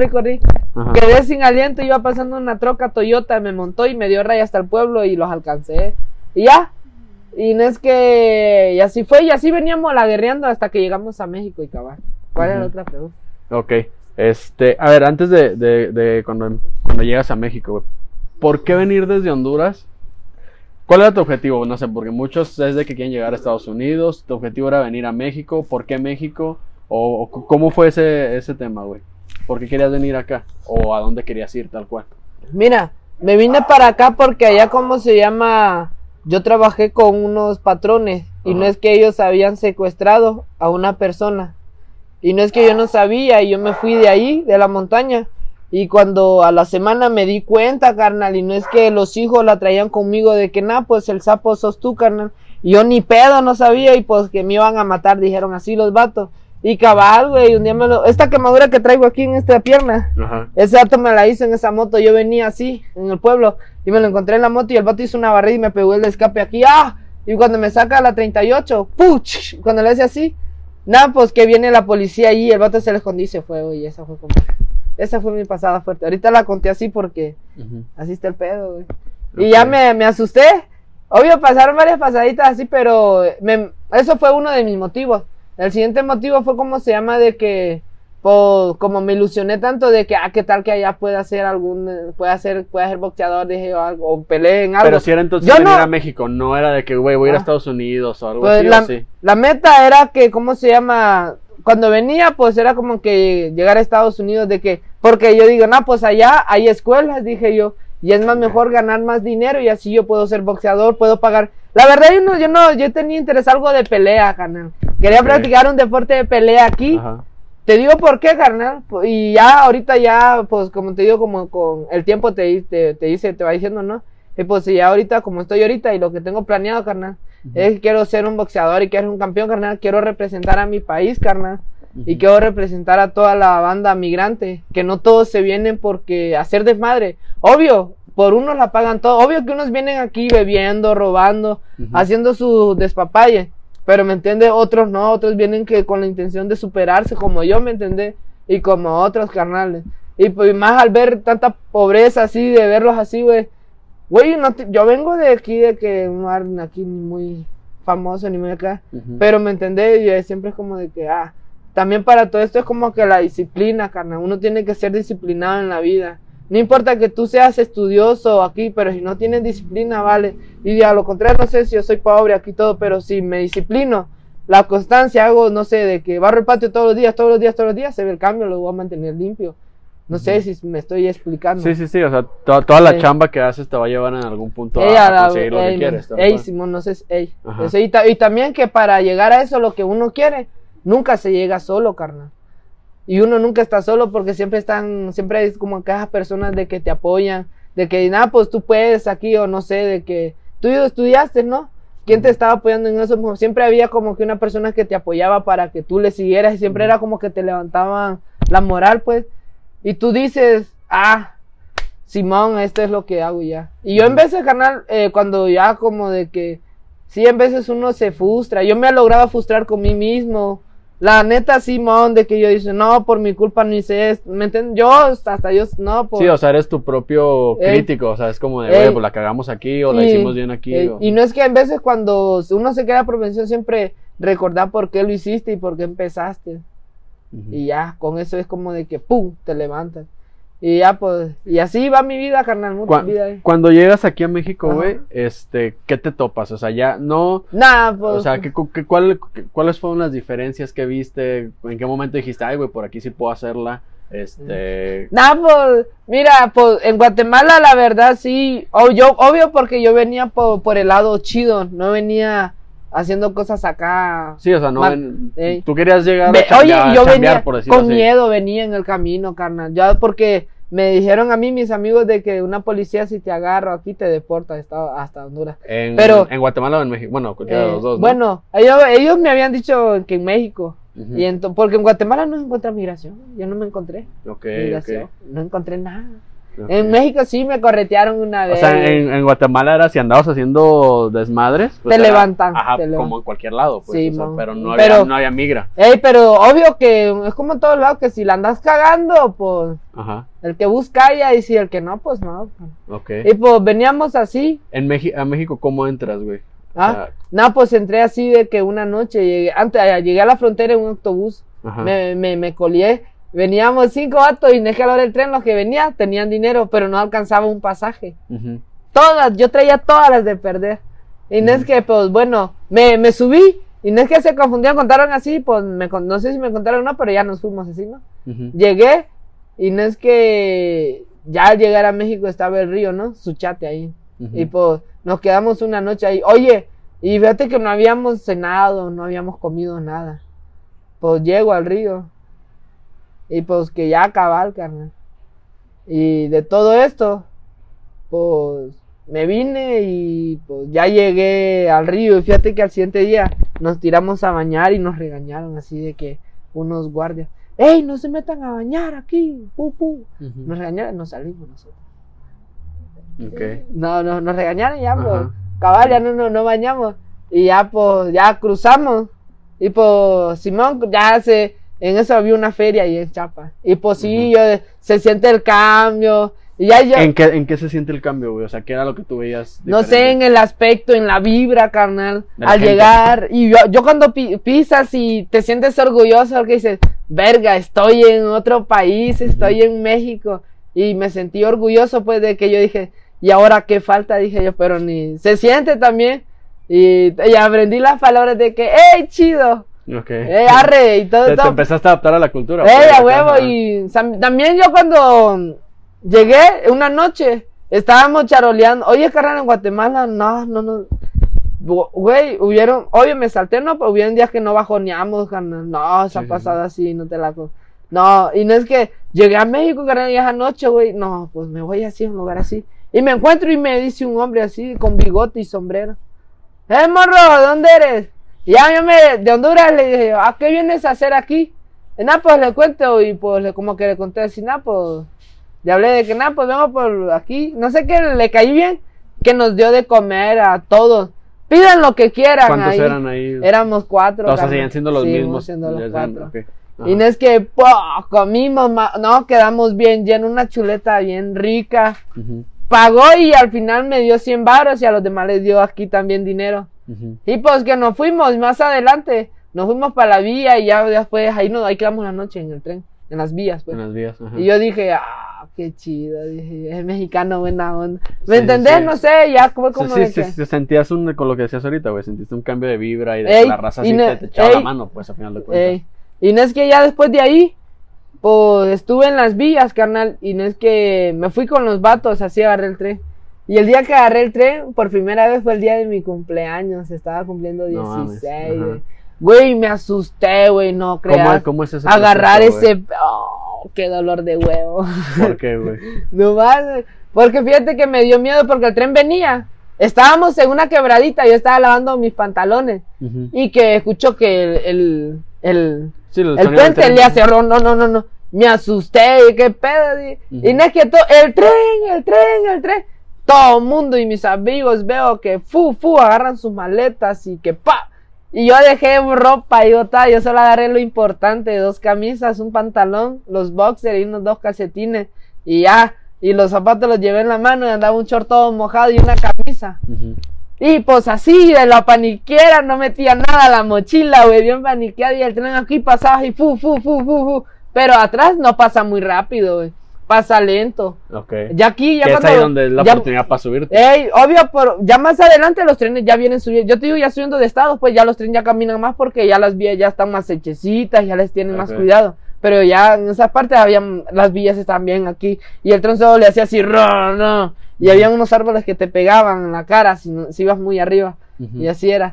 Ajá. Quedé sin aliento, iba pasando una troca Toyota, me montó y me dio raya hasta el pueblo y los alcancé. Y ya. Y no es que... Y así fue, y así veníamos laguerreando hasta que llegamos a México y cabal. ¿Cuál era la otra pregunta? Ok. A ver, antes de cuando llegas a México, güey, ¿por qué venir desde Honduras? ¿Cuál era tu objetivo? No sé, porque muchos es de que quieren llegar a Estados Unidos. ¿Tu objetivo era venir a México? ¿Por qué México? ¿O cómo fue ese tema, güey? ¿Por qué querías venir acá? ¿O a dónde querías ir, tal cual? Mira, me vine para acá porque allá, ¿cómo se llama? Yo trabajé con unos patrones y no es que ellos habían secuestrado a una persona. Y no es que yo no sabía y yo me fui de ahí, de la montaña. Y cuando a la semana me di cuenta, carnal, y no es que los hijos la traían conmigo de que, pues el sapo sos tú, carnal. Y yo ni pedo no sabía y pues que me iban a matar, dijeron así los vatos. Y cabal, güey, un día esta quemadura que traigo aquí en esta pierna, ese vato me la hizo en esa moto, yo venía así, en el pueblo, y me lo encontré en la moto y el vato hizo una barrida y me pegó el escape aquí, y cuando me saca la 38, ¡puch! Cuando le hace así, pues que viene la policía allí, el vato se le escondió y se fue, güey, esa fue mi pasada fuerte. Ahorita la conté así porque así está el pedo, güey. Y ya me asusté. Obvio, pasaron varias pasaditas así, pero eso fue uno de mis motivos. El siguiente motivo fue como se llama de que, como me ilusioné tanto de que, qué tal que allá pueda ser pueda ser boxeador, dije, o algo, o pelee en algo. Pero si era entonces venir a México, no era de que, güey, voy a ir a Estados Unidos o algo pues así. La meta era que, ¿cómo se llama? Cuando venía, pues era como que llegar a Estados Unidos de que, porque yo digo, pues allá hay escuelas, dije yo, y es más mejor ganar más dinero y así yo puedo ser boxeador, puedo pagar. La verdad yo tenía interés algo de pelea, carnal. Quería practicar un deporte de pelea aquí. Te digo por qué, carnal. Y ya, ahorita ya, pues como te digo, como con el tiempo te va diciendo, ¿no? Y pues ya ahorita, como estoy ahorita y lo que tengo planeado, carnal, es que quiero ser un boxeador y quiero ser un campeón, carnal. Quiero representar a mi país, carnal. Y quiero representar a toda la banda migrante. Que no todos se vienen porque hacer desmadre. Obvio, por unos la pagan todo. Obvio que unos vienen aquí bebiendo, robando, haciendo su despapalle. Pero me entiende, otros no. Otros vienen que con la intención de superarse, como yo, me entiende. Y como otros, carnales. Y pues más al ver tanta pobreza así, de verlos así, güey. Güey, yo vengo de aquí, de que no hay aquí ni muy famoso, ni muy acá. Pero me entendés, y siempre es como de que, también para todo esto es como que la disciplina, carnal. Uno tiene que ser disciplinado en la vida. No importa que tú seas estudioso aquí, pero si no tienes disciplina, vale. Y a lo contrario, no sé si yo soy pobre aquí todo, pero si me disciplino, la constancia, hago, no sé, de que barro el patio todos los días, se ve el cambio, lo voy a mantener limpio. No sé si me estoy explicando. Sí, o sea, toda la chamba que haces te va a llevar en algún punto a conseguir lo que quieres. Simón, no sé, eso, y también que para llegar a eso, lo que uno quiere, nunca se llega solo, carnal. Y uno nunca está solo porque siempre hay como aquellas personas de que te apoyan, de que, pues tú puedes aquí, o no sé, de que tú estudiaste, ¿no? ¿Quién te estaba apoyando en eso? Siempre había como que una persona que te apoyaba para que tú le siguieras y siempre era como que te levantaban la moral, pues. Y tú dices, Simón, esto es lo que hago ya. Y yo en veces, carnal, cuando ya como de que, sí, en veces uno se frustra. Yo me he logrado frustrar con mí mismo. La neta, Simón, de que yo dice, no, por mi culpa no hice esto. ¿Me entiendes? Sí, o sea, eres tu propio crítico. O sea, es como de, güey, pues la cagamos aquí o la hicimos bien aquí. Y no es que en veces cuando uno se queda propensión siempre recordar por qué lo hiciste y por qué empezaste. Y ya, con eso es como de que ¡pum! Te levantas. Y ya, pues, y así va mi vida, carnal, mucha vida. Cuando llegas aquí a México, güey, ¿qué te topas? O sea, ya no... pues... O sea, ¿cuáles fueron las diferencias que viste? ¿En qué momento dijiste, güey, por aquí sí puedo hacerla? pues, mira, pues, en Guatemala, la verdad, sí, obvio porque yo venía por el lado chido, no venía haciendo cosas acá. Sí, o sea, no tú querías llegar yo venía por decirlo con así. miedo, venía en el camino, carnal. Ya porque me dijeron a mí mis amigos de que una policía si te agarra aquí te deporta hasta Honduras. ¿En Guatemala o en México? Bueno, cualquiera de los dos, ¿no? Bueno, ellos me habían dicho que en México. Porque en Guatemala no encuentra migración. Yo no me encontré migración. No encontré nada. Okay. En México sí me corretearon una vez. O sea, en Guatemala era si andabas haciendo desmadres, pues te levantan. Ajá, te levantan. como en cualquier lado, pues. Sí, o sea, man. pero no Pero- había migra. Pero obvio que es como en todos lados, que si la andas cagando, pues Ajá, el que busca ya, y si el que no, pues no. ok. Y pues veníamos así. A México, ¿cómo entras, güey? O ¿Ah? sea, No, pues entré así de que una noche llegué a la frontera en un autobús. ajá. Me colié. Veníamos 5 vatos y en que a la hora del tren los que venían tenían dinero, pero no alcanzaba un pasaje. Ujú. Todas, yo traía todas las de perder. Y no es que, pues bueno, me subí. Y no es que se confundieron, contaron así, pues no sé si me contaron o no, pero ya nos fuimos así, ¿no? Ujú. Llegué y no es que ya al llegar a México estaba el río, ¿no? Suchate ahí. Ujú. Y pues nos quedamos una noche ahí. Oye, y fíjate que no habíamos cenado, no habíamos comido nada. Pues llego al río. Y pues que ya cabal, carnal. Y de todo esto, pues me vine y pues ya llegué al río. Y fíjate que al siguiente día nos tiramos a bañar y nos regañaron así de que unos guardias. ¡Ey, no se metan a bañar aquí! ¡Pu, pu! Ujú. Nos regañaron, nos salimos nosotros. Ok. No, nos regañaron ya, pues, Ajá. cabal, ya no bañamos. Y ya, pues, ya cruzamos. Y pues, Simón, en eso había una feria ahí en Chiapas. Y pues sí, se siente el cambio. Y ya yo, ¿En qué se siente el cambio, güey? O sea, ¿qué era lo que tú veías no sé, diferente? en el aspecto, en la vibra, carnal, De la al gente. llegar. Y yo cuando pisas y te sientes orgulloso, porque dices, verga, estoy en otro país, estoy en México. Y me sentí orgulloso, pues, de que yo dije, ¿y ahora qué falta? Dije yo, pero ni se siente también. Y aprendí las palabras de que, ¡ey, chido! Ok. Arre, y todo, Te todo. empezaste a adaptar a la cultura. ¡Ey, pues, a huevo! ajá. Y también yo cuando llegué una noche, estábamos charoleando. Oye, carnal, en Guatemala, no. Güey, obvio me salté, no, pero hubieron días que no bajoneamos, carnal. No, esa Sí, sí, pasada así, no te la... No, y no es que llegué a México, carnal, y esa noche, güey, no, pues me voy así, a un lugar así. Y me encuentro y me dice un hombre así, con bigote y sombrero. Morro, ¿dónde eres? Y ya de Honduras, le dije, ¿a qué vienes a hacer aquí? Nada, pues le cuento, y pues como que le conté así, nada, pues... Le hablé de que nada, pues vengo por aquí. No sé qué, le caí bien, que nos dio de comer a todos. Pidan lo que quieran. ¿Cuántos ahí. eran ahí? Éramos 4. O sea, carnal. seguían siendo los Sí, mismos. siendo los Les 4. dan, ok. Ajá. Y no es que comimos, no, quedamos bien llenos, una chuleta bien rica. Ujú, Pagó y al final me dio 100 baros y a los demás les dio aquí también dinero. ujú. Y pues que nos fuimos más adelante, nos fuimos para la vía y ya después ahí quedamos la noche en el tren, en las vías, pues. En las vías. Ajá. Y yo dije, qué chido, dije, es mexicano, buena onda. ¿Me Sí, entendés? sí. No sé, ya fue como Sí, de sí, que... sí, sentías con lo que decías ahorita, güey. Sentiste un cambio de vibra y de Ey, que la raza y sí ne- te echaba la ey, mano, pues, a final de cuentas. Ey, y no es que ya después de ahí, pues estuve en las vías, carnal, y no es que me fui con los vatos, así agarré el tren. Y el día que agarré el tren, por primera vez fue el día de mi cumpleaños, estaba cumpliendo No mames, 16, ajá. güey. Güey, me asusté, güey, no creas. ¿Cómo es ese Agarrar proceso, ese... qué dolor de huevo. güey? ¿Por qué, güey? No más, porque fíjate que me dio miedo porque el tren venía. Estábamos en una quebradita, yo estaba lavando mis pantalones Ujú. y que escucho que el Sí, el el sonido del puente tren. le hace no. Me asusté, qué pedo. Y no es que el tren. Todo el mundo y mis amigos veo que agarran sus maletas y que Y yo dejé ropa y yo solo agarré lo importante, 2 camisas, un pantalón, los boxers y unos 2 calcetines y ya. Y los zapatos los llevé en la mano y andaba un short todo mojado y una camisa. Ujú. Y pues así, de la paniquera, no metía nada a la mochila, güey, bien paniqueada. Y el tren aquí pasaba y Pero atrás no pasa muy rápido, güey. Pasa lento. Ok. Ya aquí, ya Que es cuando... ahí donde es la ya- oportunidad para subirte. obvio, ya más adelante los trenes ya vienen subiendo. Yo te digo, ya subiendo de estado, pues ya los trenes ya caminan más porque ya las vías ya están más hechecitas, ya les tienen más Ok. cuidado. Pero ya en esa parte las vías están bien aquí. Y el tren solo le hacía así, no. Y había unos árboles que te pegaban en la cara si ibas muy arriba. Ujú. Y así era.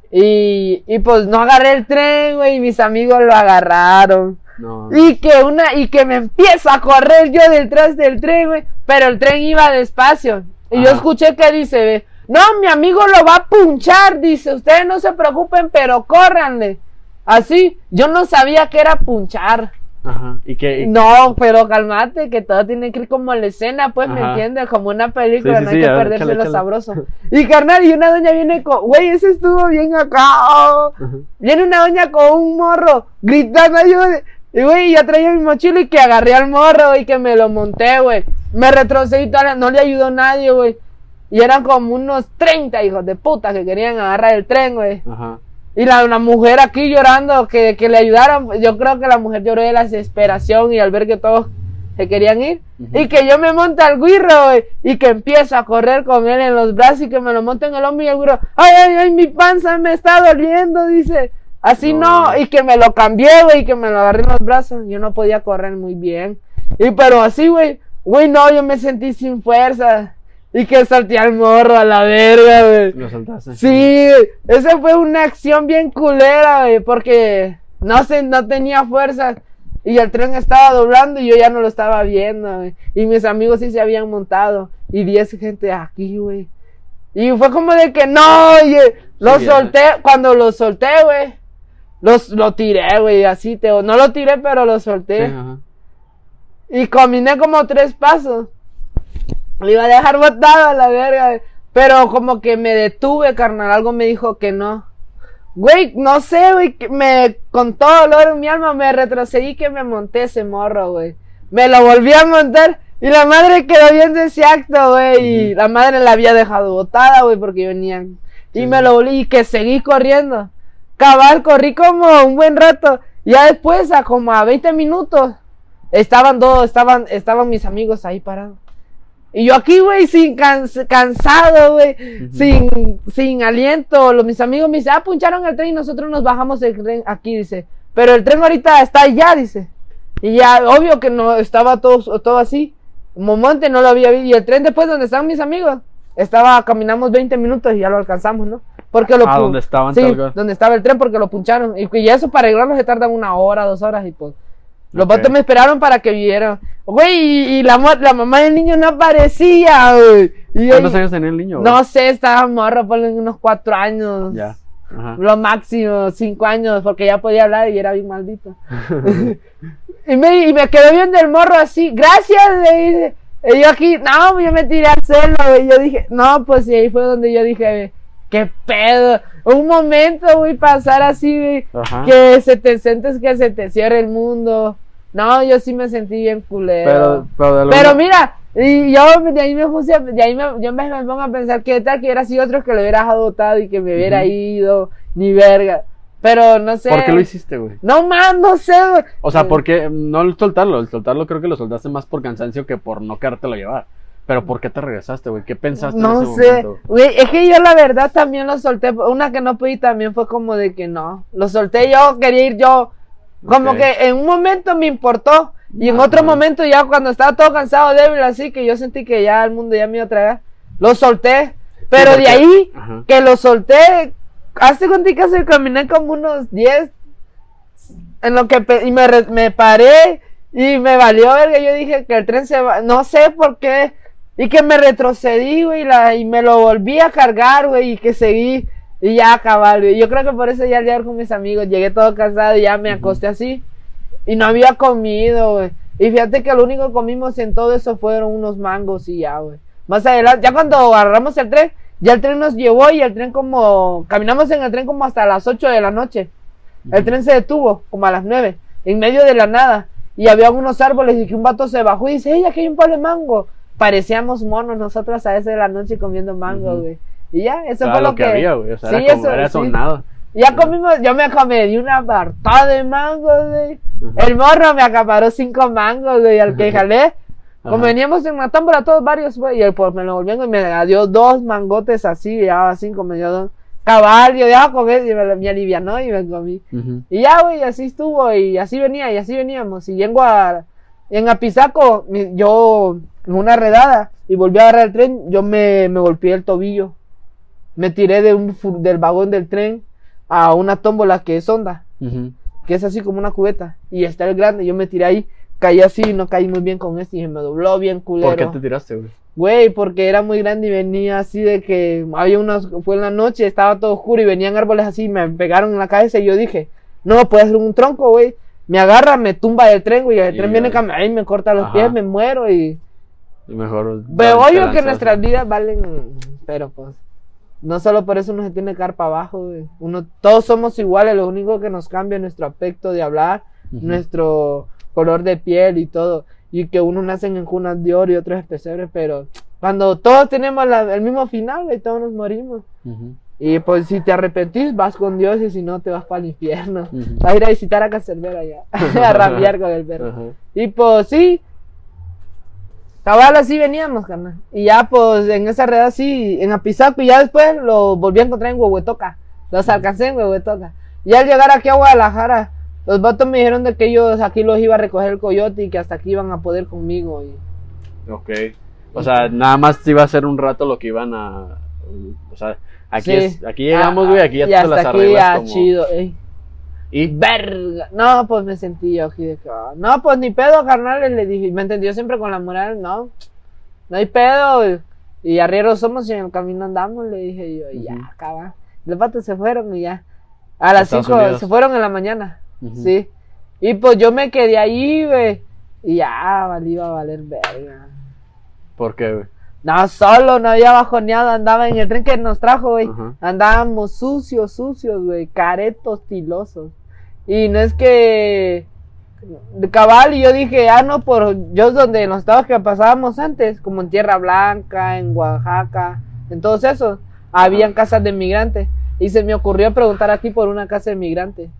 Y pues no agarré el tren, güey, y mis amigos lo agarraron. No. Y que me empiezo a correr yo detrás del tren, güey. Pero el tren iba despacio. Y yo Ajá. escuché que dice, ve, no, mi amigo lo va a punchar, dice, ustedes no se preocupen, pero córranle. Así, yo no sabía que era punchar. Ajá. No, pero calmate, que todo tiene que ir como la escena, pues, ¿me entiendes? Como una película, sí, no hay que perderse lo sabroso. Y carnal, y una doña viene con, güey, ese estuvo bien acá. Viene una doña con un morro, gritando, ayude. Y güey, ya traía mi mochila y que agarré al morro, y que me lo monté, güey. Me retrocedí y tal, no le ayudó nadie, güey. Y eran como unos 30 hijos de puta que querían agarrar el tren, güey. Ajá. Y la mujer aquí llorando, que le ayudaron. Yo creo que la mujer lloró de la desesperación y al ver que todos se querían ir. Y que yo me monte al güiro, güey, y que empiezo a correr con él en los brazos y que me lo monte en el hombro y el güiro, ay, mi panza me está doliendo, dice. Así no, y que me lo cambié, güey, y que me lo agarré en los brazos. Yo no podía correr muy bien. Pero así, güey, no, yo me sentí sin fuerza. Y que salté al morro a la verga, güey. ¿Lo soltaste? Sí, esa fue una acción bien culera, güey, porque no tenía fuerza. Y el tren estaba doblando y yo ya no lo estaba viendo, güey. Y mis amigos sí se habían montado. Y 10 gente aquí, güey. Y fue como de que no, oye, lo solté. Cuando lo solté, güey, lo tiré, güey, así, no lo tiré, pero lo solté. Sí, ajá. Y caminé como 3 pasos. Me iba a dejar botado a la verga, pero como que me detuve, carnal. Algo me dijo que no. Güey, no sé, güey, con todo dolor en mi alma me retrocedí que me monté ese morro, güey. Me lo volví a montar y la madre quedó bien de ese acto, güey. Y la madre la había dejado botada, güey, porque venían. Y me lo volví y que seguí corriendo. Cabal, corrí como un buen rato. Ya después, como a 20 minutos, estaban mis amigos ahí parados. Y yo aquí, güey, cansado, güey, sin aliento. Mis amigos me dicen, puncharon el tren y nosotros nos bajamos del tren aquí, dice. Pero el tren ahorita está allá, dice. Y ya, obvio que no, estaba todo así. Momonte no lo había visto. Y el tren después, donde estaban mis amigos, caminamos 20 minutos y ya lo alcanzamos, ¿no? Porque ¿dónde estaban? Sí, donde estaba el tren porque lo puncharon. Y eso para arreglarlo se tardan 1 hora, 2 horas y pues. Los vatos me esperaron para que vieran. Güey, y la mamá del niño no aparecía, güey. ¿Cuántos años tenía el niño, güey? No sé, estaba morro, ponle unos 4 años. Ya. Ajá. Lo máximo, 5 años, porque ya podía hablar y era bien maldito. y me quedó viendo el morro así. Gracias, le dice. Y yo aquí, no, yo me tiré al suelo, güey. Yo dije, no, pues y ahí fue donde yo dije, qué pedo. Un momento, güey, pasar así, güey, que sientes que se te cierre el mundo. No, yo sí me sentí bien culero. Pero mira, y yo de ahí me puse, yo me pongo a pensar que tal que hubiera sido otro que lo hubieras adoptado y que me hubiera ido, ni verga. Pero no sé. ¿Por qué lo hiciste, güey? No, man, no sé, güey. O sea, ¿por qué? No el soltarlo creo que lo soltaste más por cansancio que por no querértelo llevar. Pero ¿por qué te regresaste, güey? ¿Qué pensaste en ese momento? Güey, es que yo la verdad también lo solté. Una que no pude también fue como de que no. Lo solté yo, quería ir yo. Como que en un momento me importó. Y en otro momento ya cuando estaba todo cansado, débil así, que yo sentí que ya el mundo ya me iba a tragar. Lo solté. Pero de ahí, que lo solté, hace cuánto que caminé como unos 10. En lo que y me paré y me valió verga. Yo dije que el tren se va. No sé por qué. Y que me retrocedí, güey, y me lo volví a cargar, güey, y que seguí, y ya cabal, güey. Yo creo que por eso ya al llegar con mis amigos, llegué todo cansado y ya me acosté así, y no había comido, güey. Y fíjate que lo único que comimos en todo eso fueron unos mangos y ya, güey. Más adelante, ya cuando agarramos el tren, ya el tren nos llevó y el tren caminamos en el tren como hasta las 8 de la noche. El tren se detuvo como a las 9, en medio de la nada, y había unos árboles y que un vato se bajó y dice, ¡ey, aquí hay un par de mango! Parecíamos monos nosotros a esa de la noche comiendo mango, güey. Y ya, eso fue lo que había, güey. O sea, sí, era eso nada. Ya comimos, yo me comí una apartada de mangos, güey. El morro me acaparó 5 mangos, güey, al que jalé. Como veníamos en una tómbola todos varios, güey, y pues me lo volvieron y me dio 2 mangotes así, ya 5 me dio 2. Cabal, yo dejaba comer y me alivianó y me comí. Y ya, güey, así estuvo, y así venía, y así veníamos. Y llego en Apizaco, yo en una redada y volví a agarrar el tren, yo me golpeé el tobillo. Me tiré del vagón del tren a una tómbola que es honda, que es así como una cubeta, y está el grande, yo me tiré ahí, caí así, no caí muy bien con este y me dobló bien culero. ¿Por qué te tiraste, güey? Güey, porque era muy grande y venía así de que fue en la noche, estaba todo oscuro y venían árboles así, me pegaron en la cabeza y yo dije, no, puede ser un tronco, güey. me agarra, me tumba del tren, güey, y el tren viene ahí, me corta los pies, me muero y mejor. Pero obvio que nuestras vidas valen, pero pues, no solo por eso uno se tiene que dar para abajo, güey. Todos somos iguales, lo único que nos cambia es nuestro aspecto de hablar, nuestro color de piel y todo. Y que unos nacen en cunas de oro y otros en pesebres, pero cuando todos tenemos el mismo final, y todos nos morimos. Y pues si te arrepentís, vas con Dios, y si no, te vas para el infierno. Vas a ir a visitar a Cancerbero allá, a rabiar con el perro. Y pues sí, cabal así veníamos, carnal. Y ya pues en esa red así, en Apizaco, y ya después lo volví a encontrar en Huehuetoca. Los alcancé en Huehuetoca. Y al llegar aquí a Guadalajara, los vatos me dijeron de que ellos aquí los iba a recoger el coyote y que hasta aquí iban a poder conmigo. Ok. O sea, nada más iba a ser un rato lo que iban a... O sea, aquí llegamos, güey, aquí ya te las arreglas como... chido, Y verga, no, pues me sentí yo aquí de que, no, pues ni pedo, carnal, le dije, me entendió siempre con la moral, no hay pedo, y arrieros somos y en el camino andamos, le dije yo, y ya, acaba. Los vatos se fueron y ya, a las 5 se fueron en la mañana, sí, y pues yo me quedé ahí, güey, y ya, iba a valer verga. ¿Por qué, güey? No, solo, no había bajoneado, andaba en el tren que nos trajo, güey, andábamos sucios, güey, caretos, tilosos. Y no es que de cabal, y yo dije, no, yo donde en los estados que pasábamos antes, como en Tierra Blanca, en Oaxaca, en todos esos, habían casas de migrantes. Y se me ocurrió preguntar aquí por una casa de migrantes.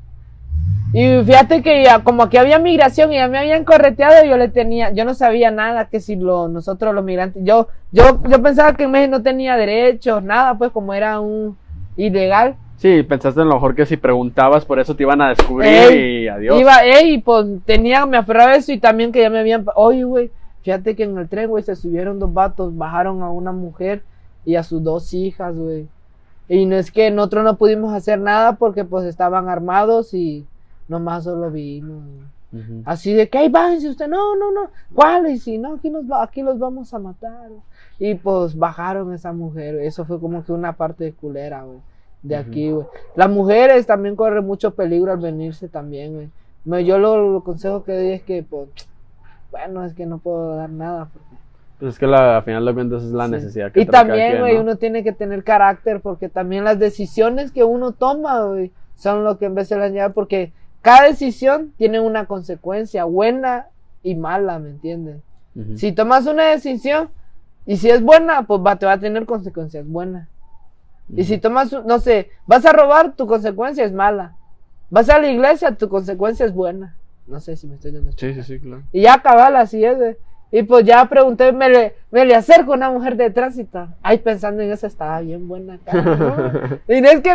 Y fíjate que ya, como aquí había migración y ya me habían correteado, yo no sabía nada, que si nosotros los migrantes, yo pensaba que en México no tenía derechos, nada, pues como era un ilegal. Sí, pensaste en lo mejor que si preguntabas por eso te iban a descubrir y adiós. Y pues me aferraba a eso, y también que ya me habían... Oye, güey, fíjate que en el tren, güey, se subieron 2 vatos, bajaron a una mujer y a sus 2 hijas, güey. Y no es que nosotros no pudimos hacer nada porque pues estaban armados y nomás solo vimos. Así de que, ay, váyanse usted, no, ¿cuál? Y si no, aquí los vamos a matar. Y pues bajaron esa mujer, eso fue como que una parte de culera, güey. De aquí, güey. Las mujeres también corren mucho peligro al venirse también, güey. Yo lo consejo que doy es que, pues, bueno, es que no puedo dar nada. Pues es que al final de cuentas es la necesidad que y también, güey, ¿no? Uno tiene que tener carácter, porque también las decisiones que uno toma, güey, son lo que en vez de las lleva, porque cada decisión tiene una consecuencia, buena y mala, ¿me entiendes? Si tomas una decisión, y si es buena, pues te va a tener consecuencias buenas. Y si tomas, no sé, vas a robar, tu consecuencia es mala. Vas a la iglesia, tu consecuencia es buena. No sé si me estoy dando. Sí, claro. Y ya cabal, así es, güey. Y pues ya pregunté, me le acerco a una mujer de tránsito. Ay, pensando en eso, estaba bien buena, cara, ¿no? Y no es que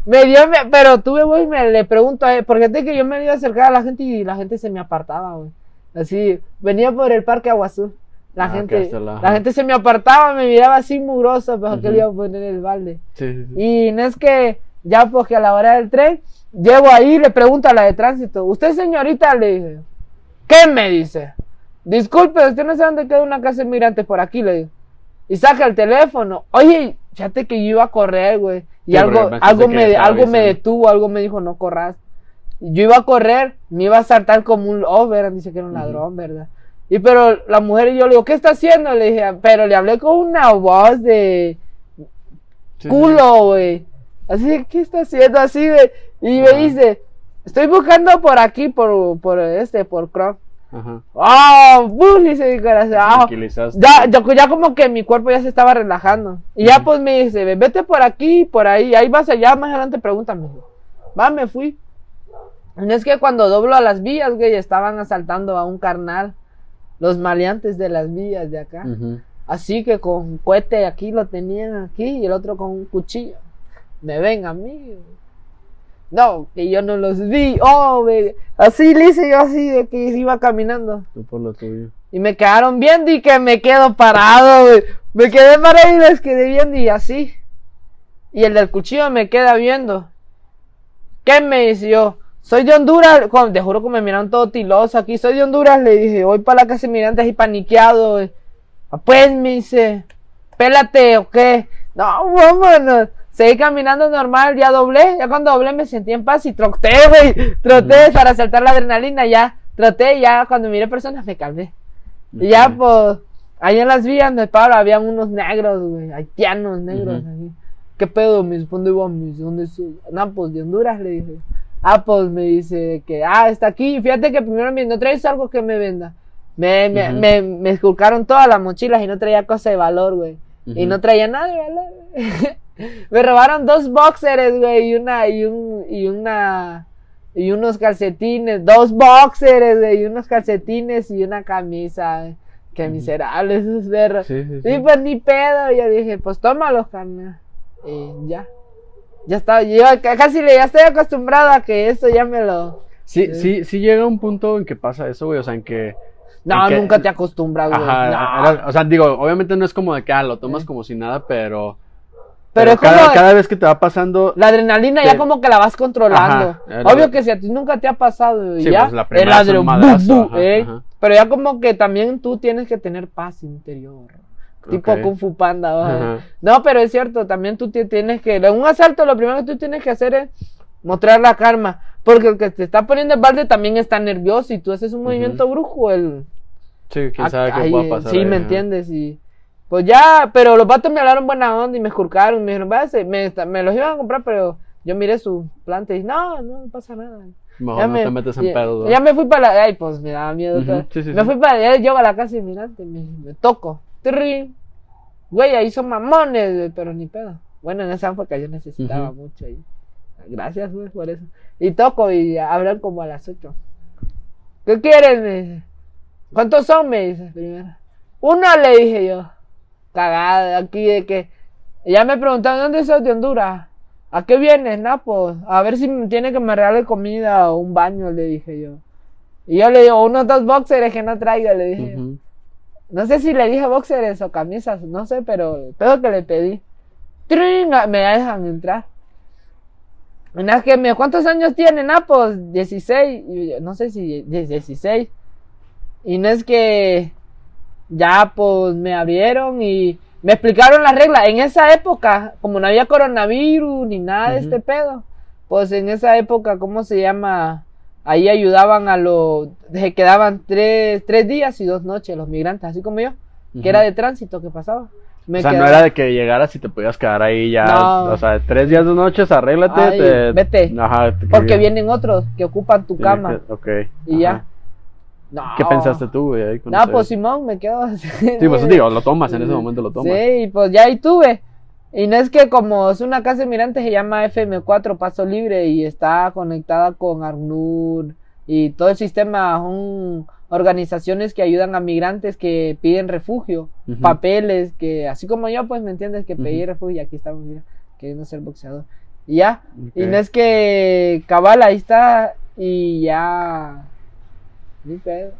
pero tuve, güey, le pregunto a él, porque es que yo me iba a acercar a la gente y la gente se me apartaba, güey. Así, venía por el Parque Agua Azul. La gente se me apartaba, me miraba así mugroso, pero que le iba a poner el balde. Sí. Y no es que ya porque a la hora del tren, llego ahí y le pregunto a la de tránsito, usted señorita, le dije, ¿qué me dice? Disculpe, usted no sabe dónde queda una casa de migrantes por aquí, le digo. Y saca el teléfono. Oye, fíjate que yo iba a correr, güey. Y algo me detuvo, algo me dijo, no corras. Yo iba a correr, me iba a saltar como un lobo, dice que era un ladrón, ¿verdad? Pero la mujer, y yo le digo, ¿qué está haciendo? Le dije, pero le hablé con una voz de culo, güey. Así, ¿qué está haciendo? Así, güey. Y me dice, estoy buscando por aquí, por Chrome. Dice mi corazón. Ya como que mi cuerpo ya se estaba relajando. Y ya pues me dice, vete por aquí, por ahí vas allá, más adelante pregúntame. Me fui. No es que cuando doblo a las vías, güey, estaban asaltando a un carnal, los maleantes de las vías de acá. Así que con cohete aquí lo tenían aquí y el otro con un cuchillo. Me ven a mí. No, que yo no los vi. Güey. Así le hice yo, así de que iba caminando. Tú por lo tuyo. Y me quedaron viendo y que me quedo parado, güey. Me quedé parado y les quedé viendo y así. Y el del cuchillo me queda viendo. ¿Qué me dice yo? Soy de Honduras. Te juro que me miraron todo tiloso aquí. Soy de Honduras, le dije. Voy para la casa de migrantes y paniqueado, güey. Pues me dice, pélate o qué. No, vámonos. seguí caminando normal, ya doblé, ya cuando doblé me sentí en paz y troté, güey, para saltar la adrenalina, ya, troté, ya cuando miré personas me calmé. Y ya, pues, ahí en las vías de Pablo habían unos negros, güey, haitianos negros, así. ¿Qué pedo, mis? ¿Dónde iban mis? ¿Dónde soy? No, pues, de Honduras, le dije. Pues, me dice que, está aquí, fíjate que primero me ¿no traes algo que me venda? Me esculcaron todas las mochilas y no traía cosa de valor, güey. Y no traía nada de valor. Me robaron 2 boxers, güey, y unos calcetines, 2 boxers, güey, y unos calcetines y una camisa, güey. Qué miserables esos perros. Sí. Y pues ni pedo, yo dije, pues tómalos, carnal. Y ya estaba, yo casi ya estoy acostumbrado a que eso ya me lo... Sí llega un punto en que pasa eso, güey, o sea, en que... nunca te acostumbras, güey. O sea, digo, obviamente no es como de que, lo tomas como si nada, pero es como cada vez que te va pasando... La adrenalina ya como que la vas controlando. Obvio que si a ti nunca te ha pasado, sí, ya... Pues la primera es un madrazo, pero ya como que también tú tienes que tener paz interior. Tipo Kung Fu Panda. No, pero es cierto, también tú tienes que... En un asalto lo primero que tú tienes que hacer es mostrar la calma. Porque el que te está poniendo el balde también está nervioso y tú haces un movimiento brujo, sí, quién sabe qué pueda pasar. Sí, ahí, ¿me entiendes? Y pues ya, pero los vatos me hablaron buena onda y me esculcaron. Me dijeron, me los iban a comprar, pero yo miré su planta y no pasa nada. Mejor no te metes en pedo. Ya me fui para la... pues me daba miedo. Me fui para allá, llego a la casa y mirante, me toco. Güey, ahí son mamones, pero ni pedo. Bueno, en esa época yo necesitaba mucho ahí. Gracias, güey, por eso. Y toco y hablan como a las 8. ¿Qué quieren? Me dice. ¿Cuántos son? Me dice primero. 1, le dije yo. Cagada, aquí de que... Ya me preguntaron, ¿dónde sos? De Honduras. ¿A qué vienes? Pues, a ver si tiene que me regale comida o un baño, le dije yo. Y yo le digo, unos 2 boxers que no traiga, le dije yo. No sé si le dije boxers o camisas, no sé, pero que le pedí. Me dejan entrar. Una que ¿cuántos años tienen? Pues 16. Y yo, no sé si 16. Y no es que ya pues me abrieron y me explicaron las reglas. En esa época, como no había coronavirus ni nada de este pedo, pues en esa época, ¿cómo se llama? Ahí ayudaban se quedaban 3 días y 2 noches los migrantes, así como yo, que era de tránsito que pasaba. No era de que llegaras y te podías quedar ahí ya, no. O sea, 3 días, 2 noches, arréglate. Vete, porque vienen otros que ocupan tu cama. Y ya. No. ¿Qué pensaste tú, güey? Pues Simón, me quedo así. Sí, pues digo, lo tomas, en ese momento lo tomas. Sí, y pues ya ahí tuve. Y no es que como es una casa de migrantes, se llama FM4 Paso Libre y está conectada con ACNUR y todo el sistema, son organizaciones que ayudan a migrantes que piden refugio, papeles, que así como yo, pues me entiendes, que pedí refugio y aquí estamos, mira, queriendo ser boxeador. Y ya, y no es que cabal, ahí está y ya... Ni pedo.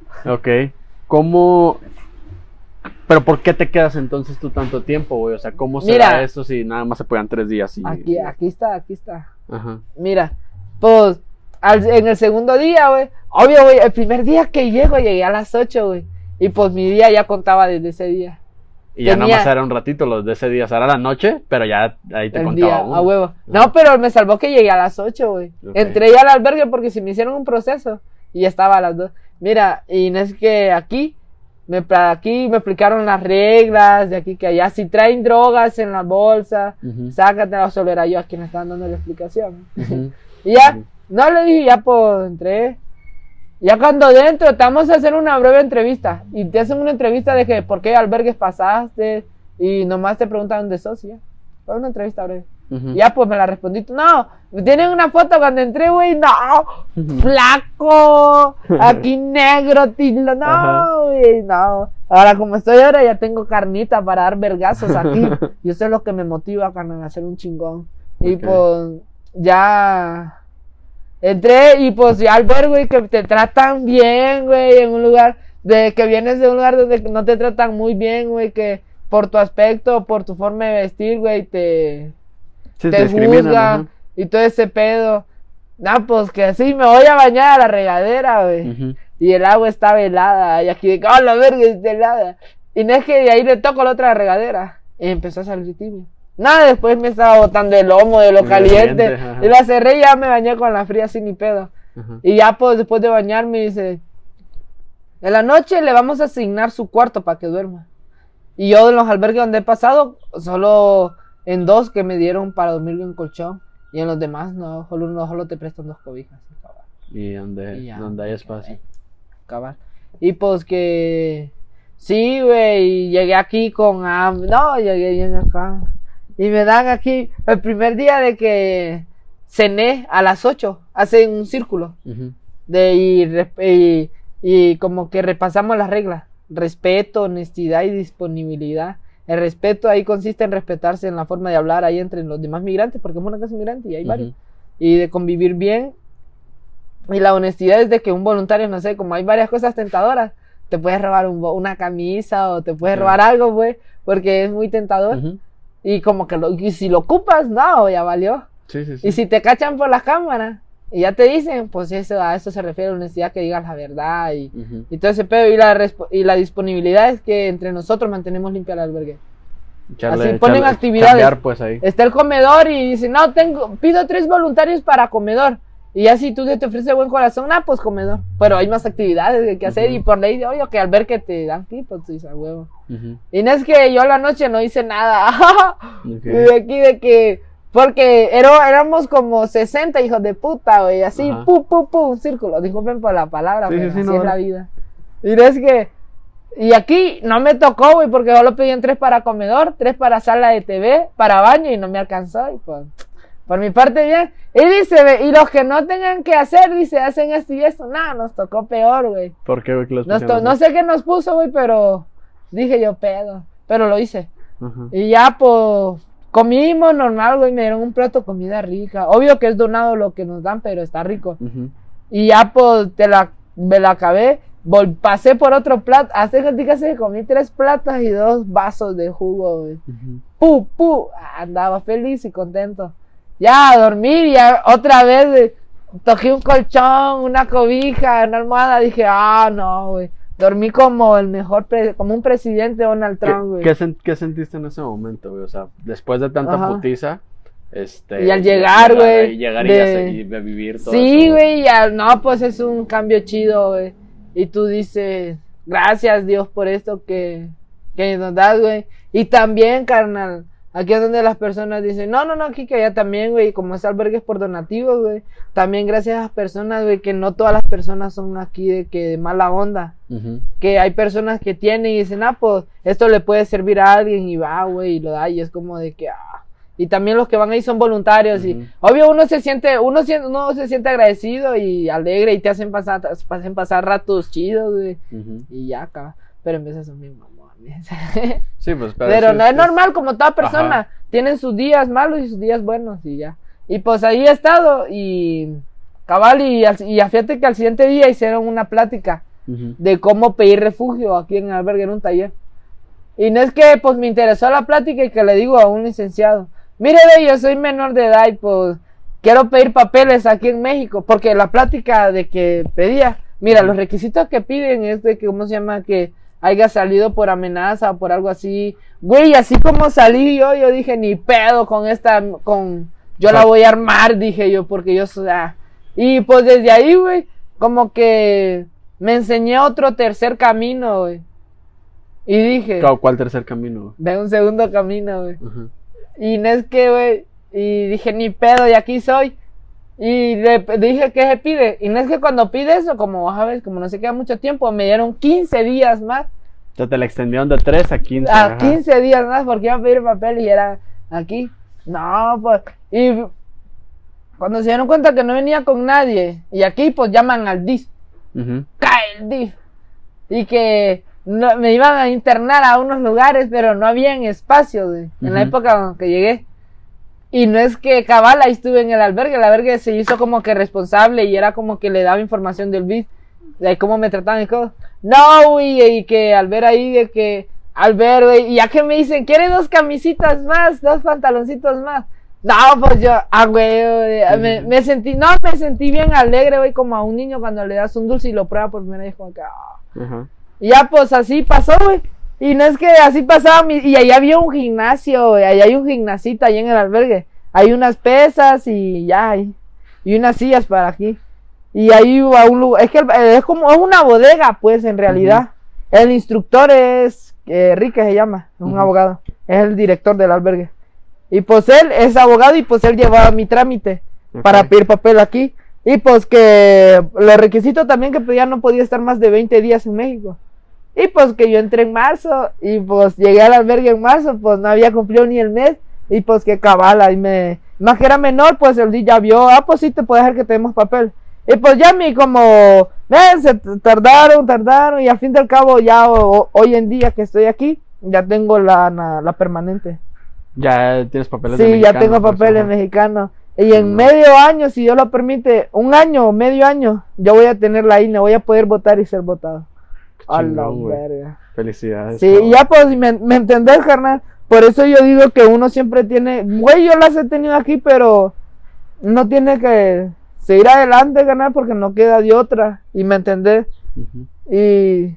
¿Cómo? ¿Pero por qué te quedas entonces tú tanto tiempo, güey? O sea, ¿cómo será eso si nada más se puedan 3 días? Aquí está. Mira, pues, en el segundo día, güey, obvio, güey, el primer día que llegué a las 8, güey, y pues mi día ya contaba desde ese día. Y ya nada más era un ratito los de ese día, o sea, era la noche, pero ya ahí te contaba uno. A huevo. No, pero me salvó que llegué a las 8, güey. Entré ya al albergue porque si me hicieron un proceso y ya estaba a las 2. Mira, y no es que aquí me explicaron las reglas de aquí, que allá si traen drogas en la bolsa, sácatelas, solo era yo a quien estaban dando la explicación. Y ya, no le dije, ya pues entré. Ya cuando dentro, te vamos a hacer una breve entrevista. Y te hacen una entrevista de que por qué albergues pasaste. Y nomás te preguntan dónde sos, ya. Fue una entrevista breve. Ya pues me la respondí. No, tienen una foto cuando entré, güey. No, flaco. Aquí negro, tilo. No, güey, no. Ahora como estoy ahora ya tengo carnita para dar vergazos aquí. Y eso es lo que me motiva, carnal, a hacer un chingón. Y pues ya... Entré y pues ya al ver, güey, que te tratan bien, güey, en un lugar, que vienes de un lugar donde no te tratan muy bien, güey, que por tu aspecto, por tu forma de vestir, güey, te juzgan y todo ese pedo. Pues que sí, me voy a bañar a la regadera, güey, y el agua estaba helada, y aquí de, la verga, está helada, y no es que de ahí le toco la otra regadera, y empezó a salir tibia. Nada, después me estaba botando el lomo de lo caliente. Ajá. Y la cerré y ya me bañé con la fría sin ni pedo. Ajá. Y ya pues después de bañarme dice, en la noche le vamos a asignar su cuarto para que duerma. Y yo en los albergues donde he pasado, solo en 2 que me dieron para dormir en colchón. Y en los demás no, solo te prestan 2 cobijas. Y donde hay espacio. Cabal. Y pues que sí, güey, y llegué aquí con hambre. No, llegué bien acá. Y me dan aquí el primer día de que cené a las 8, hacen un círculo. Uh-huh. Y como que repasamos las reglas. Respeto, honestidad y disponibilidad. El respeto ahí consiste en respetarse en la forma de hablar ahí entre los demás migrantes, porque es una casa migrante y hay varios. Y de convivir bien. Y la honestidad es de que un voluntario, no sé, como hay varias cosas tentadoras, te puedes robar una camisa o te puedes robar algo, pues, porque es muy tentador. Y como que y si lo ocupas, no, ya valió. Sí. Y si te cachan por las cámaras y ya te dicen, pues a eso se refiere a la honestidad, que digas la verdad y todo ese pedo. Y la disponibilidad es que entre nosotros mantenemos limpia el albergue. Así ponen actividades. Cambiar, pues, ahí. Está el comedor y dicen, no, pido 3 voluntarios para comedor. Y ya si tú te ofrece buen corazón, pues comedor. Pero hay más actividades que hacer y por ley, oye, que al ver que te dan tipos, tú dices, a huevo. Y no es que yo la noche no hice nada. Y de aquí de que, porque éramos como 60 hijos de puta, güey, así, un círculo. Disculpen por la palabra, pero así es la vida. Y no es que, y aquí no me tocó, güey, porque solo pedían 3 para comedor, 3 para sala de TV, para baño y no me alcanzó. Y pues, por mi parte bien. Y dice, y los que no tengan que hacer, dice, hacen esto y esto. No, nos tocó peor, güey. ¿Por qué, güey? No sé qué nos puso, güey, pero dije yo, pedo. Pero lo hice. Y ya, pues, comimos normal, güey, me dieron un plato de comida rica. Obvio que es donado lo que nos dan, pero está rico. Y ya, pues, me la acabé. Pasé por otro plato. Hace que comí 3 platos y 2 vasos de jugo, güey. Andaba feliz y contento. Ya, a dormir y ya otra vez toqué un colchón, una cobija, una almohada. Dije, no, güey. Dormí como el mejor, como un presidente Donald Trump, güey. ¿Qué sentiste en ese momento, güey? O sea, después de tanta putiza, y al llegar, güey. Llegar y vivir todo sí, eso. Güey, no, pues es un cambio chido, güey. Y tú dices, gracias Dios por esto que nos das, güey. Y también, carnal, aquí es donde las personas dicen, no, aquí que allá también, güey, como es albergues por donativos, güey. También gracias a las personas, güey, que no todas las personas son aquí de mala onda. Que hay personas que tienen y dicen, pues, esto le puede servir a alguien y va, güey, y lo da, y es como de que, Y también los que van ahí son voluntarios y obvio uno se siente agradecido y alegre y te hacen pasar ratos chidos, güey. Y ya acá, pero en vez de son bien mamones. Sí, pues, pero no es normal, como toda persona, tienen sus días malos y sus días buenos y ya. Y pues ahí he estado y cabal y fíjate que al siguiente día hicieron una plática de cómo pedir refugio aquí en el albergue en un taller. Y no es que pues me interesó la plática y que le digo a un licenciado, mire, yo soy menor de edad y pues quiero pedir papeles aquí en México, porque la plática de que pedía, mira, los requisitos que piden es de que, ¿cómo se llama? Que haya salido por amenaza o por algo así. Güey, así como salí yo dije, ni pedo yo la voy a armar, dije yo, porque yo soy, y pues desde ahí, güey, como que me enseñé otro tercer camino, güey. Y dije, ¿cuál tercer camino? De un segundo camino, güey. Y no es que, güey, y dije, ni pedo, y aquí soy. Y le dije, ¿qué se pide? Y no es que cuando pide eso, como, ¿sabes? Como no se queda mucho tiempo, me dieron 15 días más. Entonces te la extendieron de 3 a 15. A 15 días más, porque iba a pedir papel y era aquí. No, pues, y cuando se dieron cuenta que no venía con nadie, y aquí, pues, llaman al DIF. Cae el DIF. Y que me iban a internar a unos lugares, pero no habían espacio, güey, en la época en que llegué. Y no es que cabal, ahí estuve en el albergue se hizo como que responsable y era como que le daba información del BID, de cómo me trataban y cosas. No, güey, y que al ver ahí, güey, y ya que me dicen, ¿quiere 2 camisitas más, 2 pantaloncitos más? No, pues yo, güey, me sentí bien alegre, güey, como a un niño cuando le das un dulce y lo prueba por primera vez, como que, Y ya, pues, así pasó, güey. Y no es que así pasaba, y ahí había un gimnasio, ahí hay un gimnasito ahí en el albergue. Hay unas pesas y ya, y unas sillas para aquí. Y ahí a un lugar, es que es como, es una bodega, pues, en realidad. El instructor es, Enrique se llama, es un abogado, es el director del albergue. Y pues él es abogado y pues él llevaba mi trámite para pedir papel aquí. Y pues que los requisitos también que pedía, no podía estar más de 20 días en México. Y pues que yo entré en marzo y pues llegué al albergue en marzo, pues no había cumplido ni el mes. Y pues que cabala, y más que era menor, pues el día ya vio, pues sí te puede dejar que tenemos papel. Y pues ya se tardaron y al fin del cabo ya hoy en día que estoy aquí, ya tengo la permanente. Ya tienes papeles de mexicano. Sí, ya tengo pues, papeles mexicanos. Y en medio año, si Dios lo permite, medio año, yo voy a tener la INE, voy a poder votar y ser votado. A la verga. Felicidades. Sí, y ya pues, me entendés, carnal. Por eso yo digo que uno siempre tiene, güey, yo las he tenido aquí, pero no tiene que seguir adelante, carnal, porque no queda de otra. Y me entendés. Y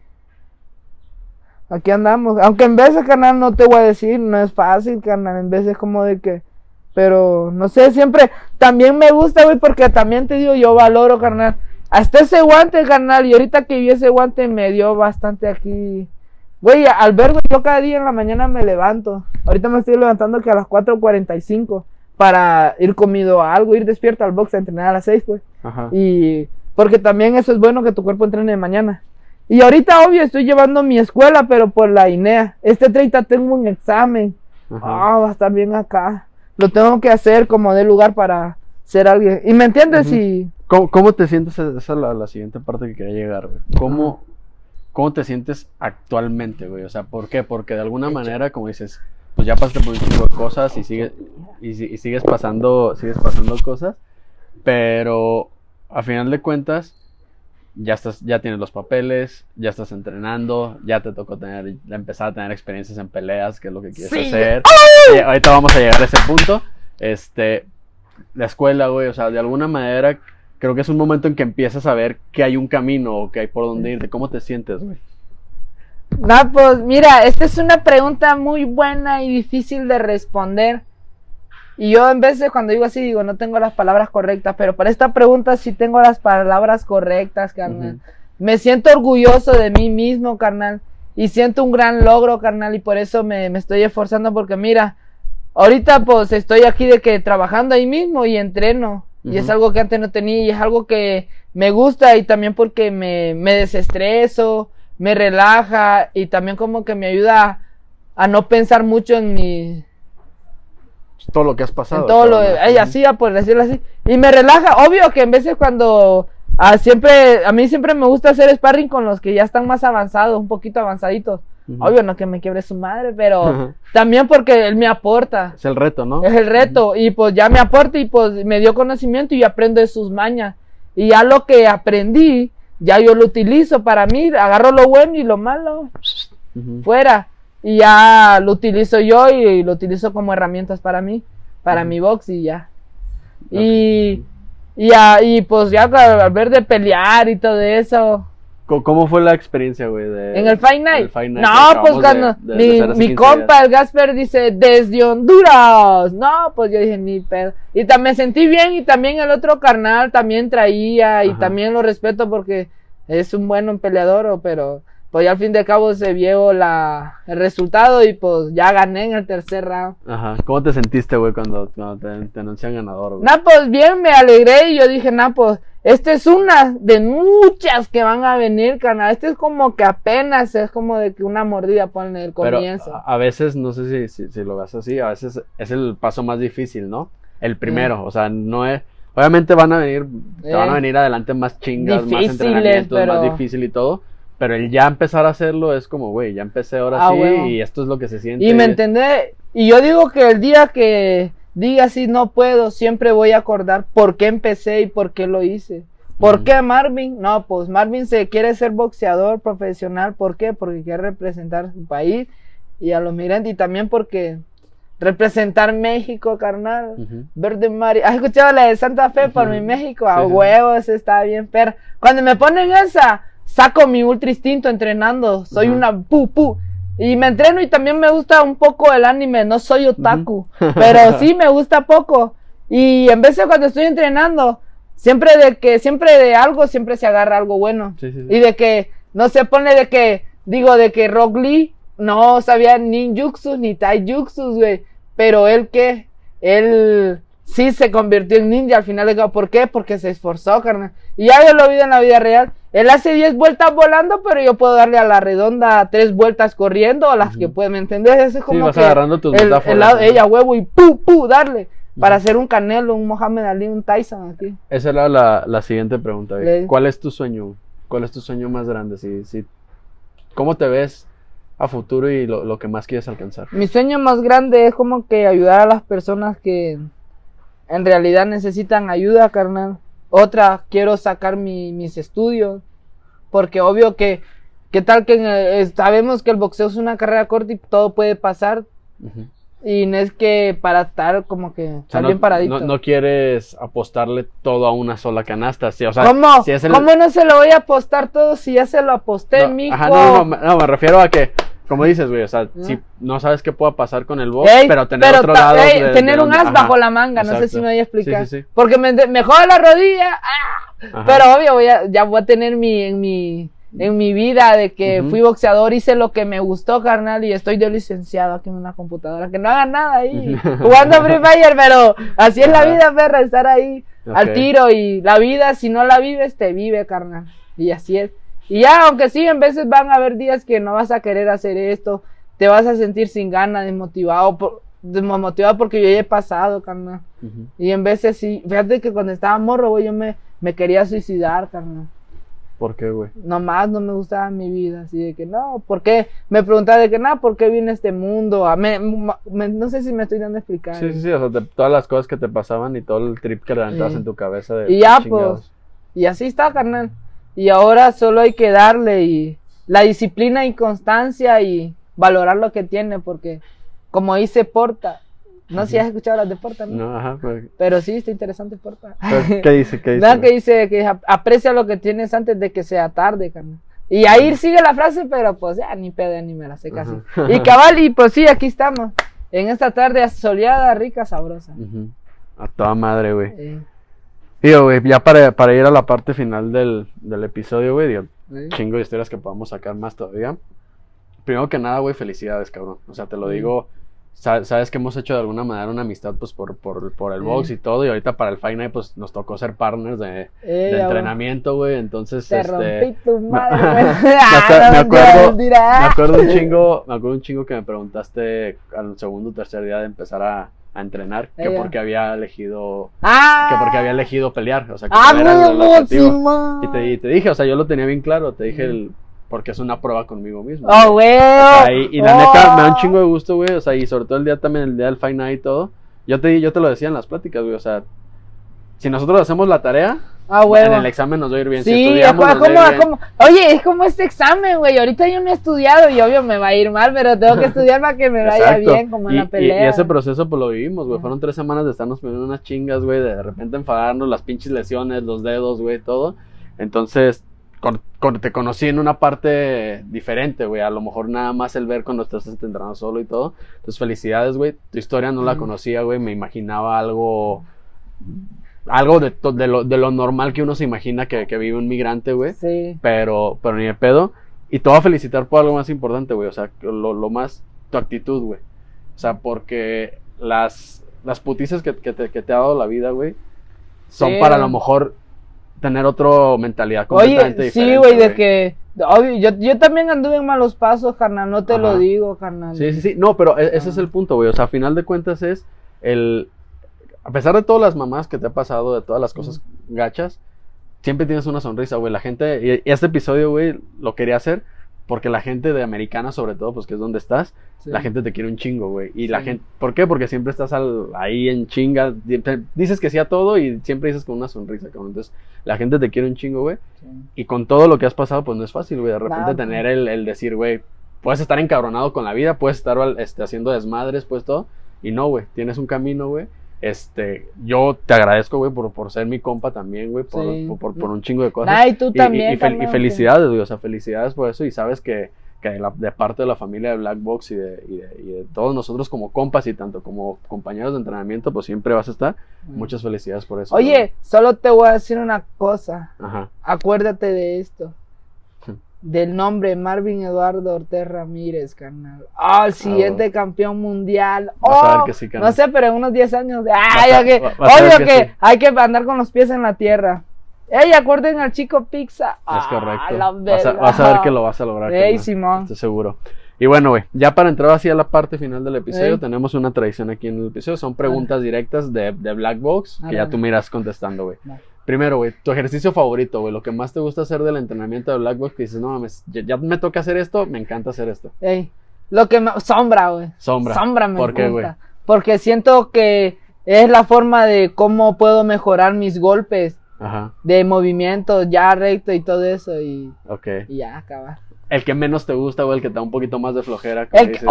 aquí andamos. Aunque en veces, carnal, no te voy a decir, no es fácil, carnal. En veces como de que, pero no sé, siempre también me gusta, güey, porque también te digo, yo valoro, carnal. Hasta ese guante, carnal, y ahorita que vi ese guante me dio bastante aquí. Güey, albergo, yo cada día en la mañana me levanto. Ahorita me estoy levantando que a las 4:45 para ir comido algo, ir despierto al box a entrenar a las 6, pues. Y porque también eso es bueno que tu cuerpo entrene de mañana. Y ahorita, obvio, estoy llevando mi escuela, pero por la INEA. Este 30 tengo un examen. Va a estar bien acá. Lo tengo que hacer como de lugar para ser alguien. ¿Y me entiendes? Y ¿Cómo te sientes? Esa es la siguiente parte que quería llegar, güey. ¿Cómo te sientes actualmente, güey? O sea, ¿por qué? Porque de alguna manera, como dices, pues ya pasaste por un tipo de cosas y sigues pasando cosas, pero a final de cuentas ya tienes los papeles, ya estás entrenando, ya te tocó empezar a tener experiencias en peleas, que es lo que quieres hacer. Ahorita vamos a llegar a ese punto. La escuela, güey, o sea, de alguna manera creo que es un momento en que empiezas a ver que hay un camino o que hay por dónde irte. ¿Cómo te sientes, güey? No, pues mira, esta es una pregunta muy buena y difícil de responder. Y yo en vez de cuando digo así, digo, no tengo las palabras correctas, pero para esta pregunta sí tengo las palabras correctas, carnal. Me siento orgulloso de mí mismo, carnal, y siento un gran logro, carnal, y por eso me estoy esforzando, porque mira, ahorita pues estoy aquí de que trabajando ahí mismo y entreno. Y es algo que antes no tenía y es algo que me gusta y también porque me desestreso, me relaja y también como que me ayuda a no pensar mucho en todo lo que has pasado. En todo así, por decirlo así. Y me relaja, obvio que en veces cuando a mí siempre me gusta hacer sparring con los que ya están más avanzados, un poquito avanzaditos. Obvio, no que me quiebre su madre, pero también porque él me aporta. Es el reto, ¿no? Es el reto, y pues ya me aporta y pues me dio conocimiento y aprendo de sus mañas. Y ya lo que aprendí, ya yo lo utilizo para mí, agarro lo bueno y lo malo, fuera. Y ya lo utilizo yo y lo utilizo como herramientas para mí, para mi box y ya. Y pues ya al ver de pelear y todo eso. ¿Cómo fue la experiencia, güey? ¿En el Fight Night? No, pues cuando mi compa, el Gasper, dice, desde Honduras. No, pues yo dije, ni pedo. Y también me sentí bien y también el otro carnal también traía y también lo respeto porque es un buen peleador, pero pues ya al fin de cabo se vio el resultado y pues ya gané en el tercer round. ¿Cómo te sentiste, güey, cuando te anuncian ganador, güey? Pues bien, me alegré y yo dije, pues esta es una de muchas que van a venir, carnal. Este es como que apenas es como de que una mordida pone el comienzo. Pero a veces, no sé si lo ves así, a veces es el paso más difícil, ¿no? El primero, o sea, no es... Obviamente te van a venir adelante más chingas, más entrenamientos, más difícil y todo. Pero el ya empezar a hacerlo es como, güey, ya empecé ahora sí, bueno. Y esto es lo que se siente. Y me entendés, y yo digo que el día que diga así no puedo, siempre voy a acordar por qué empecé y por qué lo hice. ¿Por qué Marvin? No, pues Marvin se quiere ser boxeador profesional. ¿Por qué? Porque quiere representar su país y a los migrantes. Y también porque representar México, carnal. Verde Mari. ¿Has escuchado la de Santa Fe por mi México? A huevos, está bien, pero cuando me ponen esa... Saco mi ultra instinto entrenando, soy una Y me entreno y también me gusta un poco el anime, no soy otaku, pero sí me gusta poco. Y en vez de cuando estoy entrenando, siempre de algo, siempre se agarra algo bueno. Sí. Y de que, no se pone de que Rock Lee no sabía ninjutsu ni taijutsu, güey. Pero él sí se convirtió en ninja al final. ¿Por qué? Porque se esforzó, carnal. Y ya yo lo vi en la vida real. Él hace 10 vueltas volando, pero yo puedo darle a la redonda 3 vueltas corriendo, o las que pueden, ¿me entendés? Eso es como vas que agarrando tus metáforas. Ella huevo y ¡pu! Para hacer un Canelo, un Mohamed Ali, un Tyson aquí. Esa era la siguiente pregunta, güey. ¿Cuál es tu sueño? ¿Cuál es tu sueño más grande? ¿Cómo te ves a futuro y lo que más quieres alcanzar? Mi sueño más grande es como que ayudar a las personas que en realidad necesitan ayuda, carnal. Otra, quiero sacar mis estudios, porque obvio que tal que sabemos que el boxeo es una carrera corta y todo puede pasar. Y no es que para estar como que estar bien paradito. No quieres apostarle todo a una sola canasta, sí, o sea, ¿Cómo? Si es ¿Cómo no se lo voy a apostar todo si ya se lo aposté, mijo? No, me refiero a que, como dices, güey, o sea, si no sabes qué pueda pasar con el box, pero tener otro lado tener un as bajo la manga, exacto. No sé si me voy a explicar. Sí. Porque me joda la rodilla, pero obvio ya voy a tener en mi vida de que fui boxeador, hice lo que me gustó, carnal, y estoy de licenciado aquí en una computadora, que no haga nada ahí, jugando Free Fire, pero así es la vida, perra, estar ahí al tiro, y la vida, si no la vives, te vive, carnal, y así es. Y ya, aunque sí, en veces van a haber días que no vas a querer hacer esto, te vas a sentir sin ganas, desmotivado porque yo ya he pasado, carnal, y en veces sí, fíjate que cuando estaba morro, güey, yo me quería suicidar, carnal. ¿Por qué, güey? Nomás no me gustaba mi vida, así de que no, ¿por qué? Me preguntaba de que no, ¿por qué vine a este mundo? No sé si me estoy dando a explicar. Sí, o sea, todas las cosas que te pasaban y todo el trip que levantabas en tu cabeza de y ya, pues, y así está, carnal. Y ahora solo hay que darle y la disciplina y constancia y valorar lo que tiene, porque como dice Porta, no sé si has escuchado las de Porta, ¿no? No, ajá. Pero sí, está interesante Porta. ¿Qué dice? No, que dice que aprecia lo que tienes antes de que sea tarde, carnal. Y ahí sigue la frase, pero pues ya ni pedo, ni me la sé casi. Y cabal, y pues sí, aquí estamos. En esta tarde soleada, rica, sabrosa. A toda madre, güey. Digo, güey, ya para ir a la parte final del episodio, güey, digo, chingo de historias que podamos sacar más todavía. Primero que nada, güey, felicidades, cabrón. O sea, te lo digo, sabes que hemos hecho de alguna manera una amistad, pues, por el box y todo, y ahorita para el Fight Night, pues, nos tocó ser partners de entrenamiento, güey, entonces, te rompí tu madre, me acuerdo un chingo que me preguntaste al segundo o tercer día de empezar a entrenar, que porque había elegido pelear, o sea, que era el objetivo. Y te dije, o sea, yo lo tenía bien claro, te dije porque es una prueba conmigo mismo. ¡Oh, güey! O sea, y la neta, me da un chingo de gusto, güey, o sea, y sobre todo el día del Fight Night y todo, yo te lo decía en las pláticas, güey, o sea, si nosotros hacemos la tarea, en el examen nos va a ir bien. Sí, si estudiamos, oye, es como este examen, güey. Ahorita yo no he estudiado y obvio me va a ir mal, pero tengo que estudiar para que me vaya bien, como en la pelea. Y ese proceso, pues lo vivimos, güey. Fueron 3 semanas de estarnos poniendo unas chingas, güey, de repente enfadarnos, las pinches lesiones, los dedos, güey, todo. Entonces, te conocí en una parte diferente, güey. A lo mejor nada más el ver cuando estás entrenando solo y todo. Entonces, felicidades, güey. Tu historia no la conocía, güey. Me imaginaba algo de lo normal que uno se imagina que vive un migrante, güey. Sí. Pero ni de pedo. Y te voy a felicitar por algo más importante, güey. O sea, lo más, tu actitud, güey. O sea, porque las putizas que te ha dado la vida, güey, son para a lo mejor tener otra mentalidad completamente diferente. Sí, güey, de que obvio, yo también anduve en malos pasos, carnal, no te lo digo, carnal. Sí. No, pero ese es el punto, güey. O sea, a final de cuentas es a pesar de todas las mamás que te ha pasado, de todas las cosas gachas, siempre tienes una sonrisa, güey. La gente, y este episodio, güey, lo quería hacer porque la gente de Americana, sobre todo, pues que es donde estás, la gente te quiere un chingo, güey. Y la gente, ¿por qué? Porque siempre estás ahí en chinga, dices que sí a todo y siempre dices con una sonrisa, cabrón. Entonces, la gente te quiere un chingo, güey. Sí. Y con todo lo que has pasado, pues no es fácil, güey. De repente tener el decir, güey, puedes estar encabronado con la vida, puedes estar haciendo desmadres, pues todo. Y no, güey, tienes un camino, güey. Yo te agradezco, güey, por ser mi compa también, güey, por un chingo de cosas. Y tú también. Y felicidades, güey, o sea, felicidades por eso, y sabes que que de parte de la familia de Black Box y de todos nosotros como compas y tanto como compañeros de entrenamiento, pues siempre vas a estar. Muchas felicidades por eso. Oye, solo te voy a decir una cosa. Ajá. Acuérdate de esto. Del nombre Marvin Eduardo Ortez Ramírez, carnal. El siguiente campeón mundial. Vas a ver que sí, carnal. No sé, pero en unos 10 años. Obvio que sí. Hay que andar con los pies en la tierra. Ey, acuerden al Chico Pizza. Es correcto. Vas a ver que lo vas a lograr. Ey, Simón. Estoy seguro. Y bueno, güey, ya para entrar así a la parte final del episodio, tenemos una tradición aquí en el episodio. Son preguntas directas de Black Box que ya tú me irás contestando, güey. Primero, güey, tu ejercicio favorito, güey, lo que más te gusta hacer del entrenamiento de Black Box, que dices, no mames, ya me toca hacer esto, me encanta hacer esto. Ey, lo que sombra, güey. Sombra me ¿Por qué, güey? Porque siento que es la forma de cómo puedo mejorar mis golpes. Ajá. De movimiento ya recto y todo eso y ya acabar. El que menos te gusta, güey, el que te da un poquito más de flojera. Ese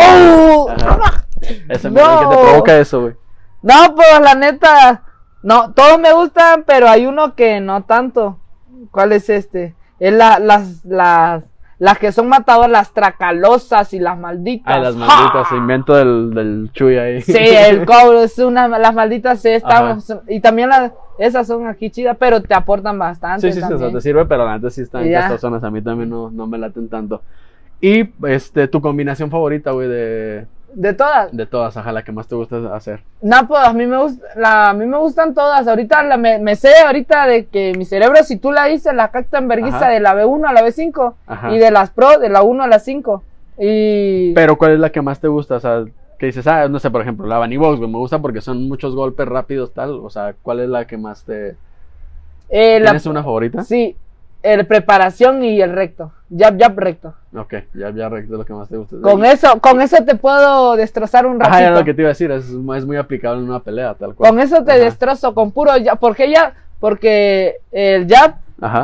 el que te provoca eso, güey. No, pues la neta, no, todos me gustan, pero hay uno que no tanto. ¿Cuál es este? Es las que son matadoras, las tracalosas y las malditas. Las malditas, invento del Chuy ahí. Sí, el cobro, las malditas sí estamos. Y también esas son aquí chidas, pero te aportan bastante. Sí, o sea, te sirve, pero la neta sí están en estas zonas. A mí también no me laten tanto. Y tu combinación favorita, güey, ¿De todas? De todas, ajá, la que más te gusta hacer. No, pues a mí me gustan todas. Ahorita me sé ahorita de que mi cerebro, si tú la dices, la capta en vergüenza de la B1 a la B5. Ajá. Y de las Pro, de la 1 a la 5. Pero ¿cuál es la que más te gusta? O sea, que dices, no sé, por ejemplo, la Bunny Box, güey, me gusta porque son muchos golpes rápidos, tal. O sea, ¿cuál es la que más te... ¿Tienes una favorita? Sí, el preparación y el recto. Jab recto. Ok, jab recto es lo que más te gusta. Con eso te puedo destrozar un ratito. Era lo que te iba a decir, es muy aplicable en una pelea, tal cual. Con eso te destrozo, con puro jab. Porque el jab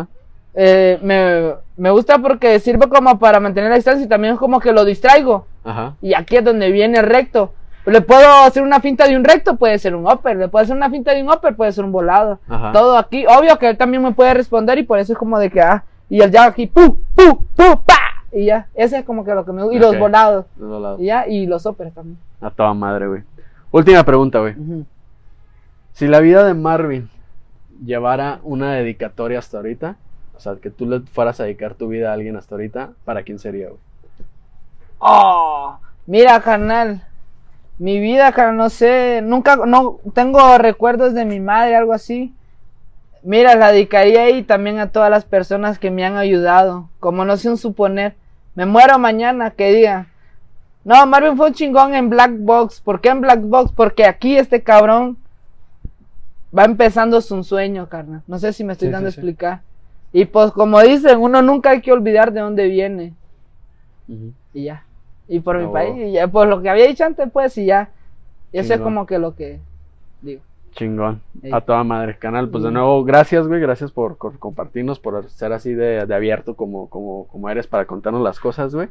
me gusta porque sirve como para mantener la distancia y también como que lo distraigo. Ajá. Y aquí es donde viene el recto. Le puedo hacer una finta de un recto, puede ser un upper. Le puedo hacer una finta de un upper, puede ser un volado. Ajá. Todo aquí. Obvio que él también me puede responder y por eso es como de que, y el jab aquí, ¡pu, pa! Y ya, ese es como que lo que me gusta. Y los volados. Y ya, y los uppers también. A toda madre, güey. Última pregunta, güey. Si la vida de Marvin llevara una dedicatoria hasta ahorita, o sea, que tú le fueras a dedicar tu vida a alguien hasta ahorita, ¿para quién sería, güey? Mira, carnal. Mi vida, carnal, no sé. No tengo recuerdos de mi madre, algo así. Mira, la dedicaría ahí también a todas las personas que me han ayudado. Como no sé un suponer. Me muero mañana, que diga. No, Marvin fue un chingón en Black Box. ¿Por qué en Black Box? Porque aquí este cabrón va empezando su sueño, carnal. No sé si me estoy dando a explicar. Y pues como dicen, uno nunca hay que olvidar de dónde viene. Y ya. Y por mi país, y ya, por lo que había dicho antes, pues, y ya. Y eso es como que lo que digo. Chingón. A toda madre, canal. Pues de nuevo, gracias, güey. Gracias por compartirnos, por ser así de abierto como eres para contarnos las cosas, güey.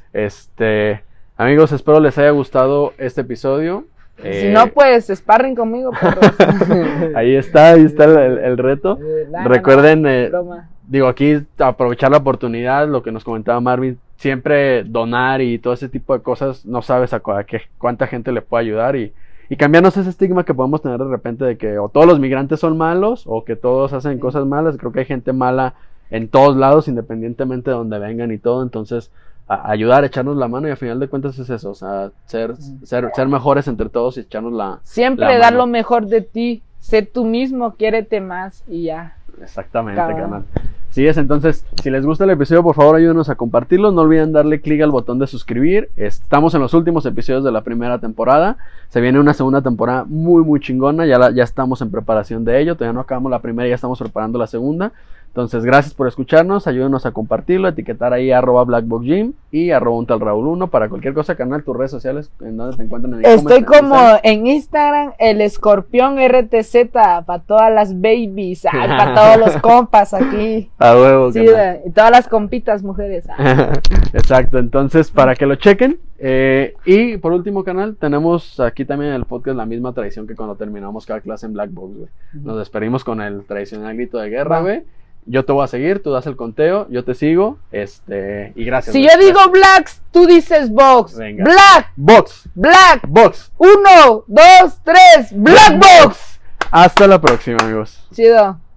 Amigos, espero les haya gustado este episodio. Si no, pues sparring conmigo. Ahí está el reto. Recuerden, digo, aquí aprovechar la oportunidad, lo que nos comentaba Marvin, siempre donar y todo ese tipo de cosas, no sabes a cuánta gente le puede ayudar y cambiarnos ese estigma que podemos tener de repente de que o todos los migrantes son malos o que todos hacen cosas malas. Creo que hay gente mala en todos lados, independientemente de donde vengan y todo, entonces ayudar, echarnos la mano y al final de cuentas es eso, o sea, ser mejores entre todos y echarnos la siempre dar lo mejor de ti, sé tú mismo, quiérete más y ya. Exactamente, canal. Sí es, entonces, si les gusta el episodio, por favor ayúdenos a compartirlo, no olviden darle clic al botón de suscribir. Estamos en los últimos episodios de la primera temporada, se viene una segunda temporada muy chingona, ya estamos en preparación de ello, todavía no acabamos la primera, ya estamos preparando la segunda. Entonces, gracias por escucharnos, ayúdenos a compartirlo, etiquetar ahí @BlackBoxGym y @untalraul1 para cualquier cosa, canal, tus redes sociales, en donde te encuentran. Estoy como en Instagram, el escorpión RTZ, para todas las babies, para todos los compas aquí. A huevo, sí, y todas las compitas mujeres. Exacto, entonces, para que lo chequen. Y por último, canal, tenemos aquí también en el podcast la misma tradición que cuando terminamos cada clase en Black Box, güey. Nos despedimos con el tradicional grito de guerra, güey. Yo te voy a seguir, tú das el conteo, yo te sigo, y gracias. Si yo digo Blacks, tú dices Box. Venga. Black, Box, Black, Box. 1, 2, 3, Black Box. Hasta la próxima, amigos. Chido.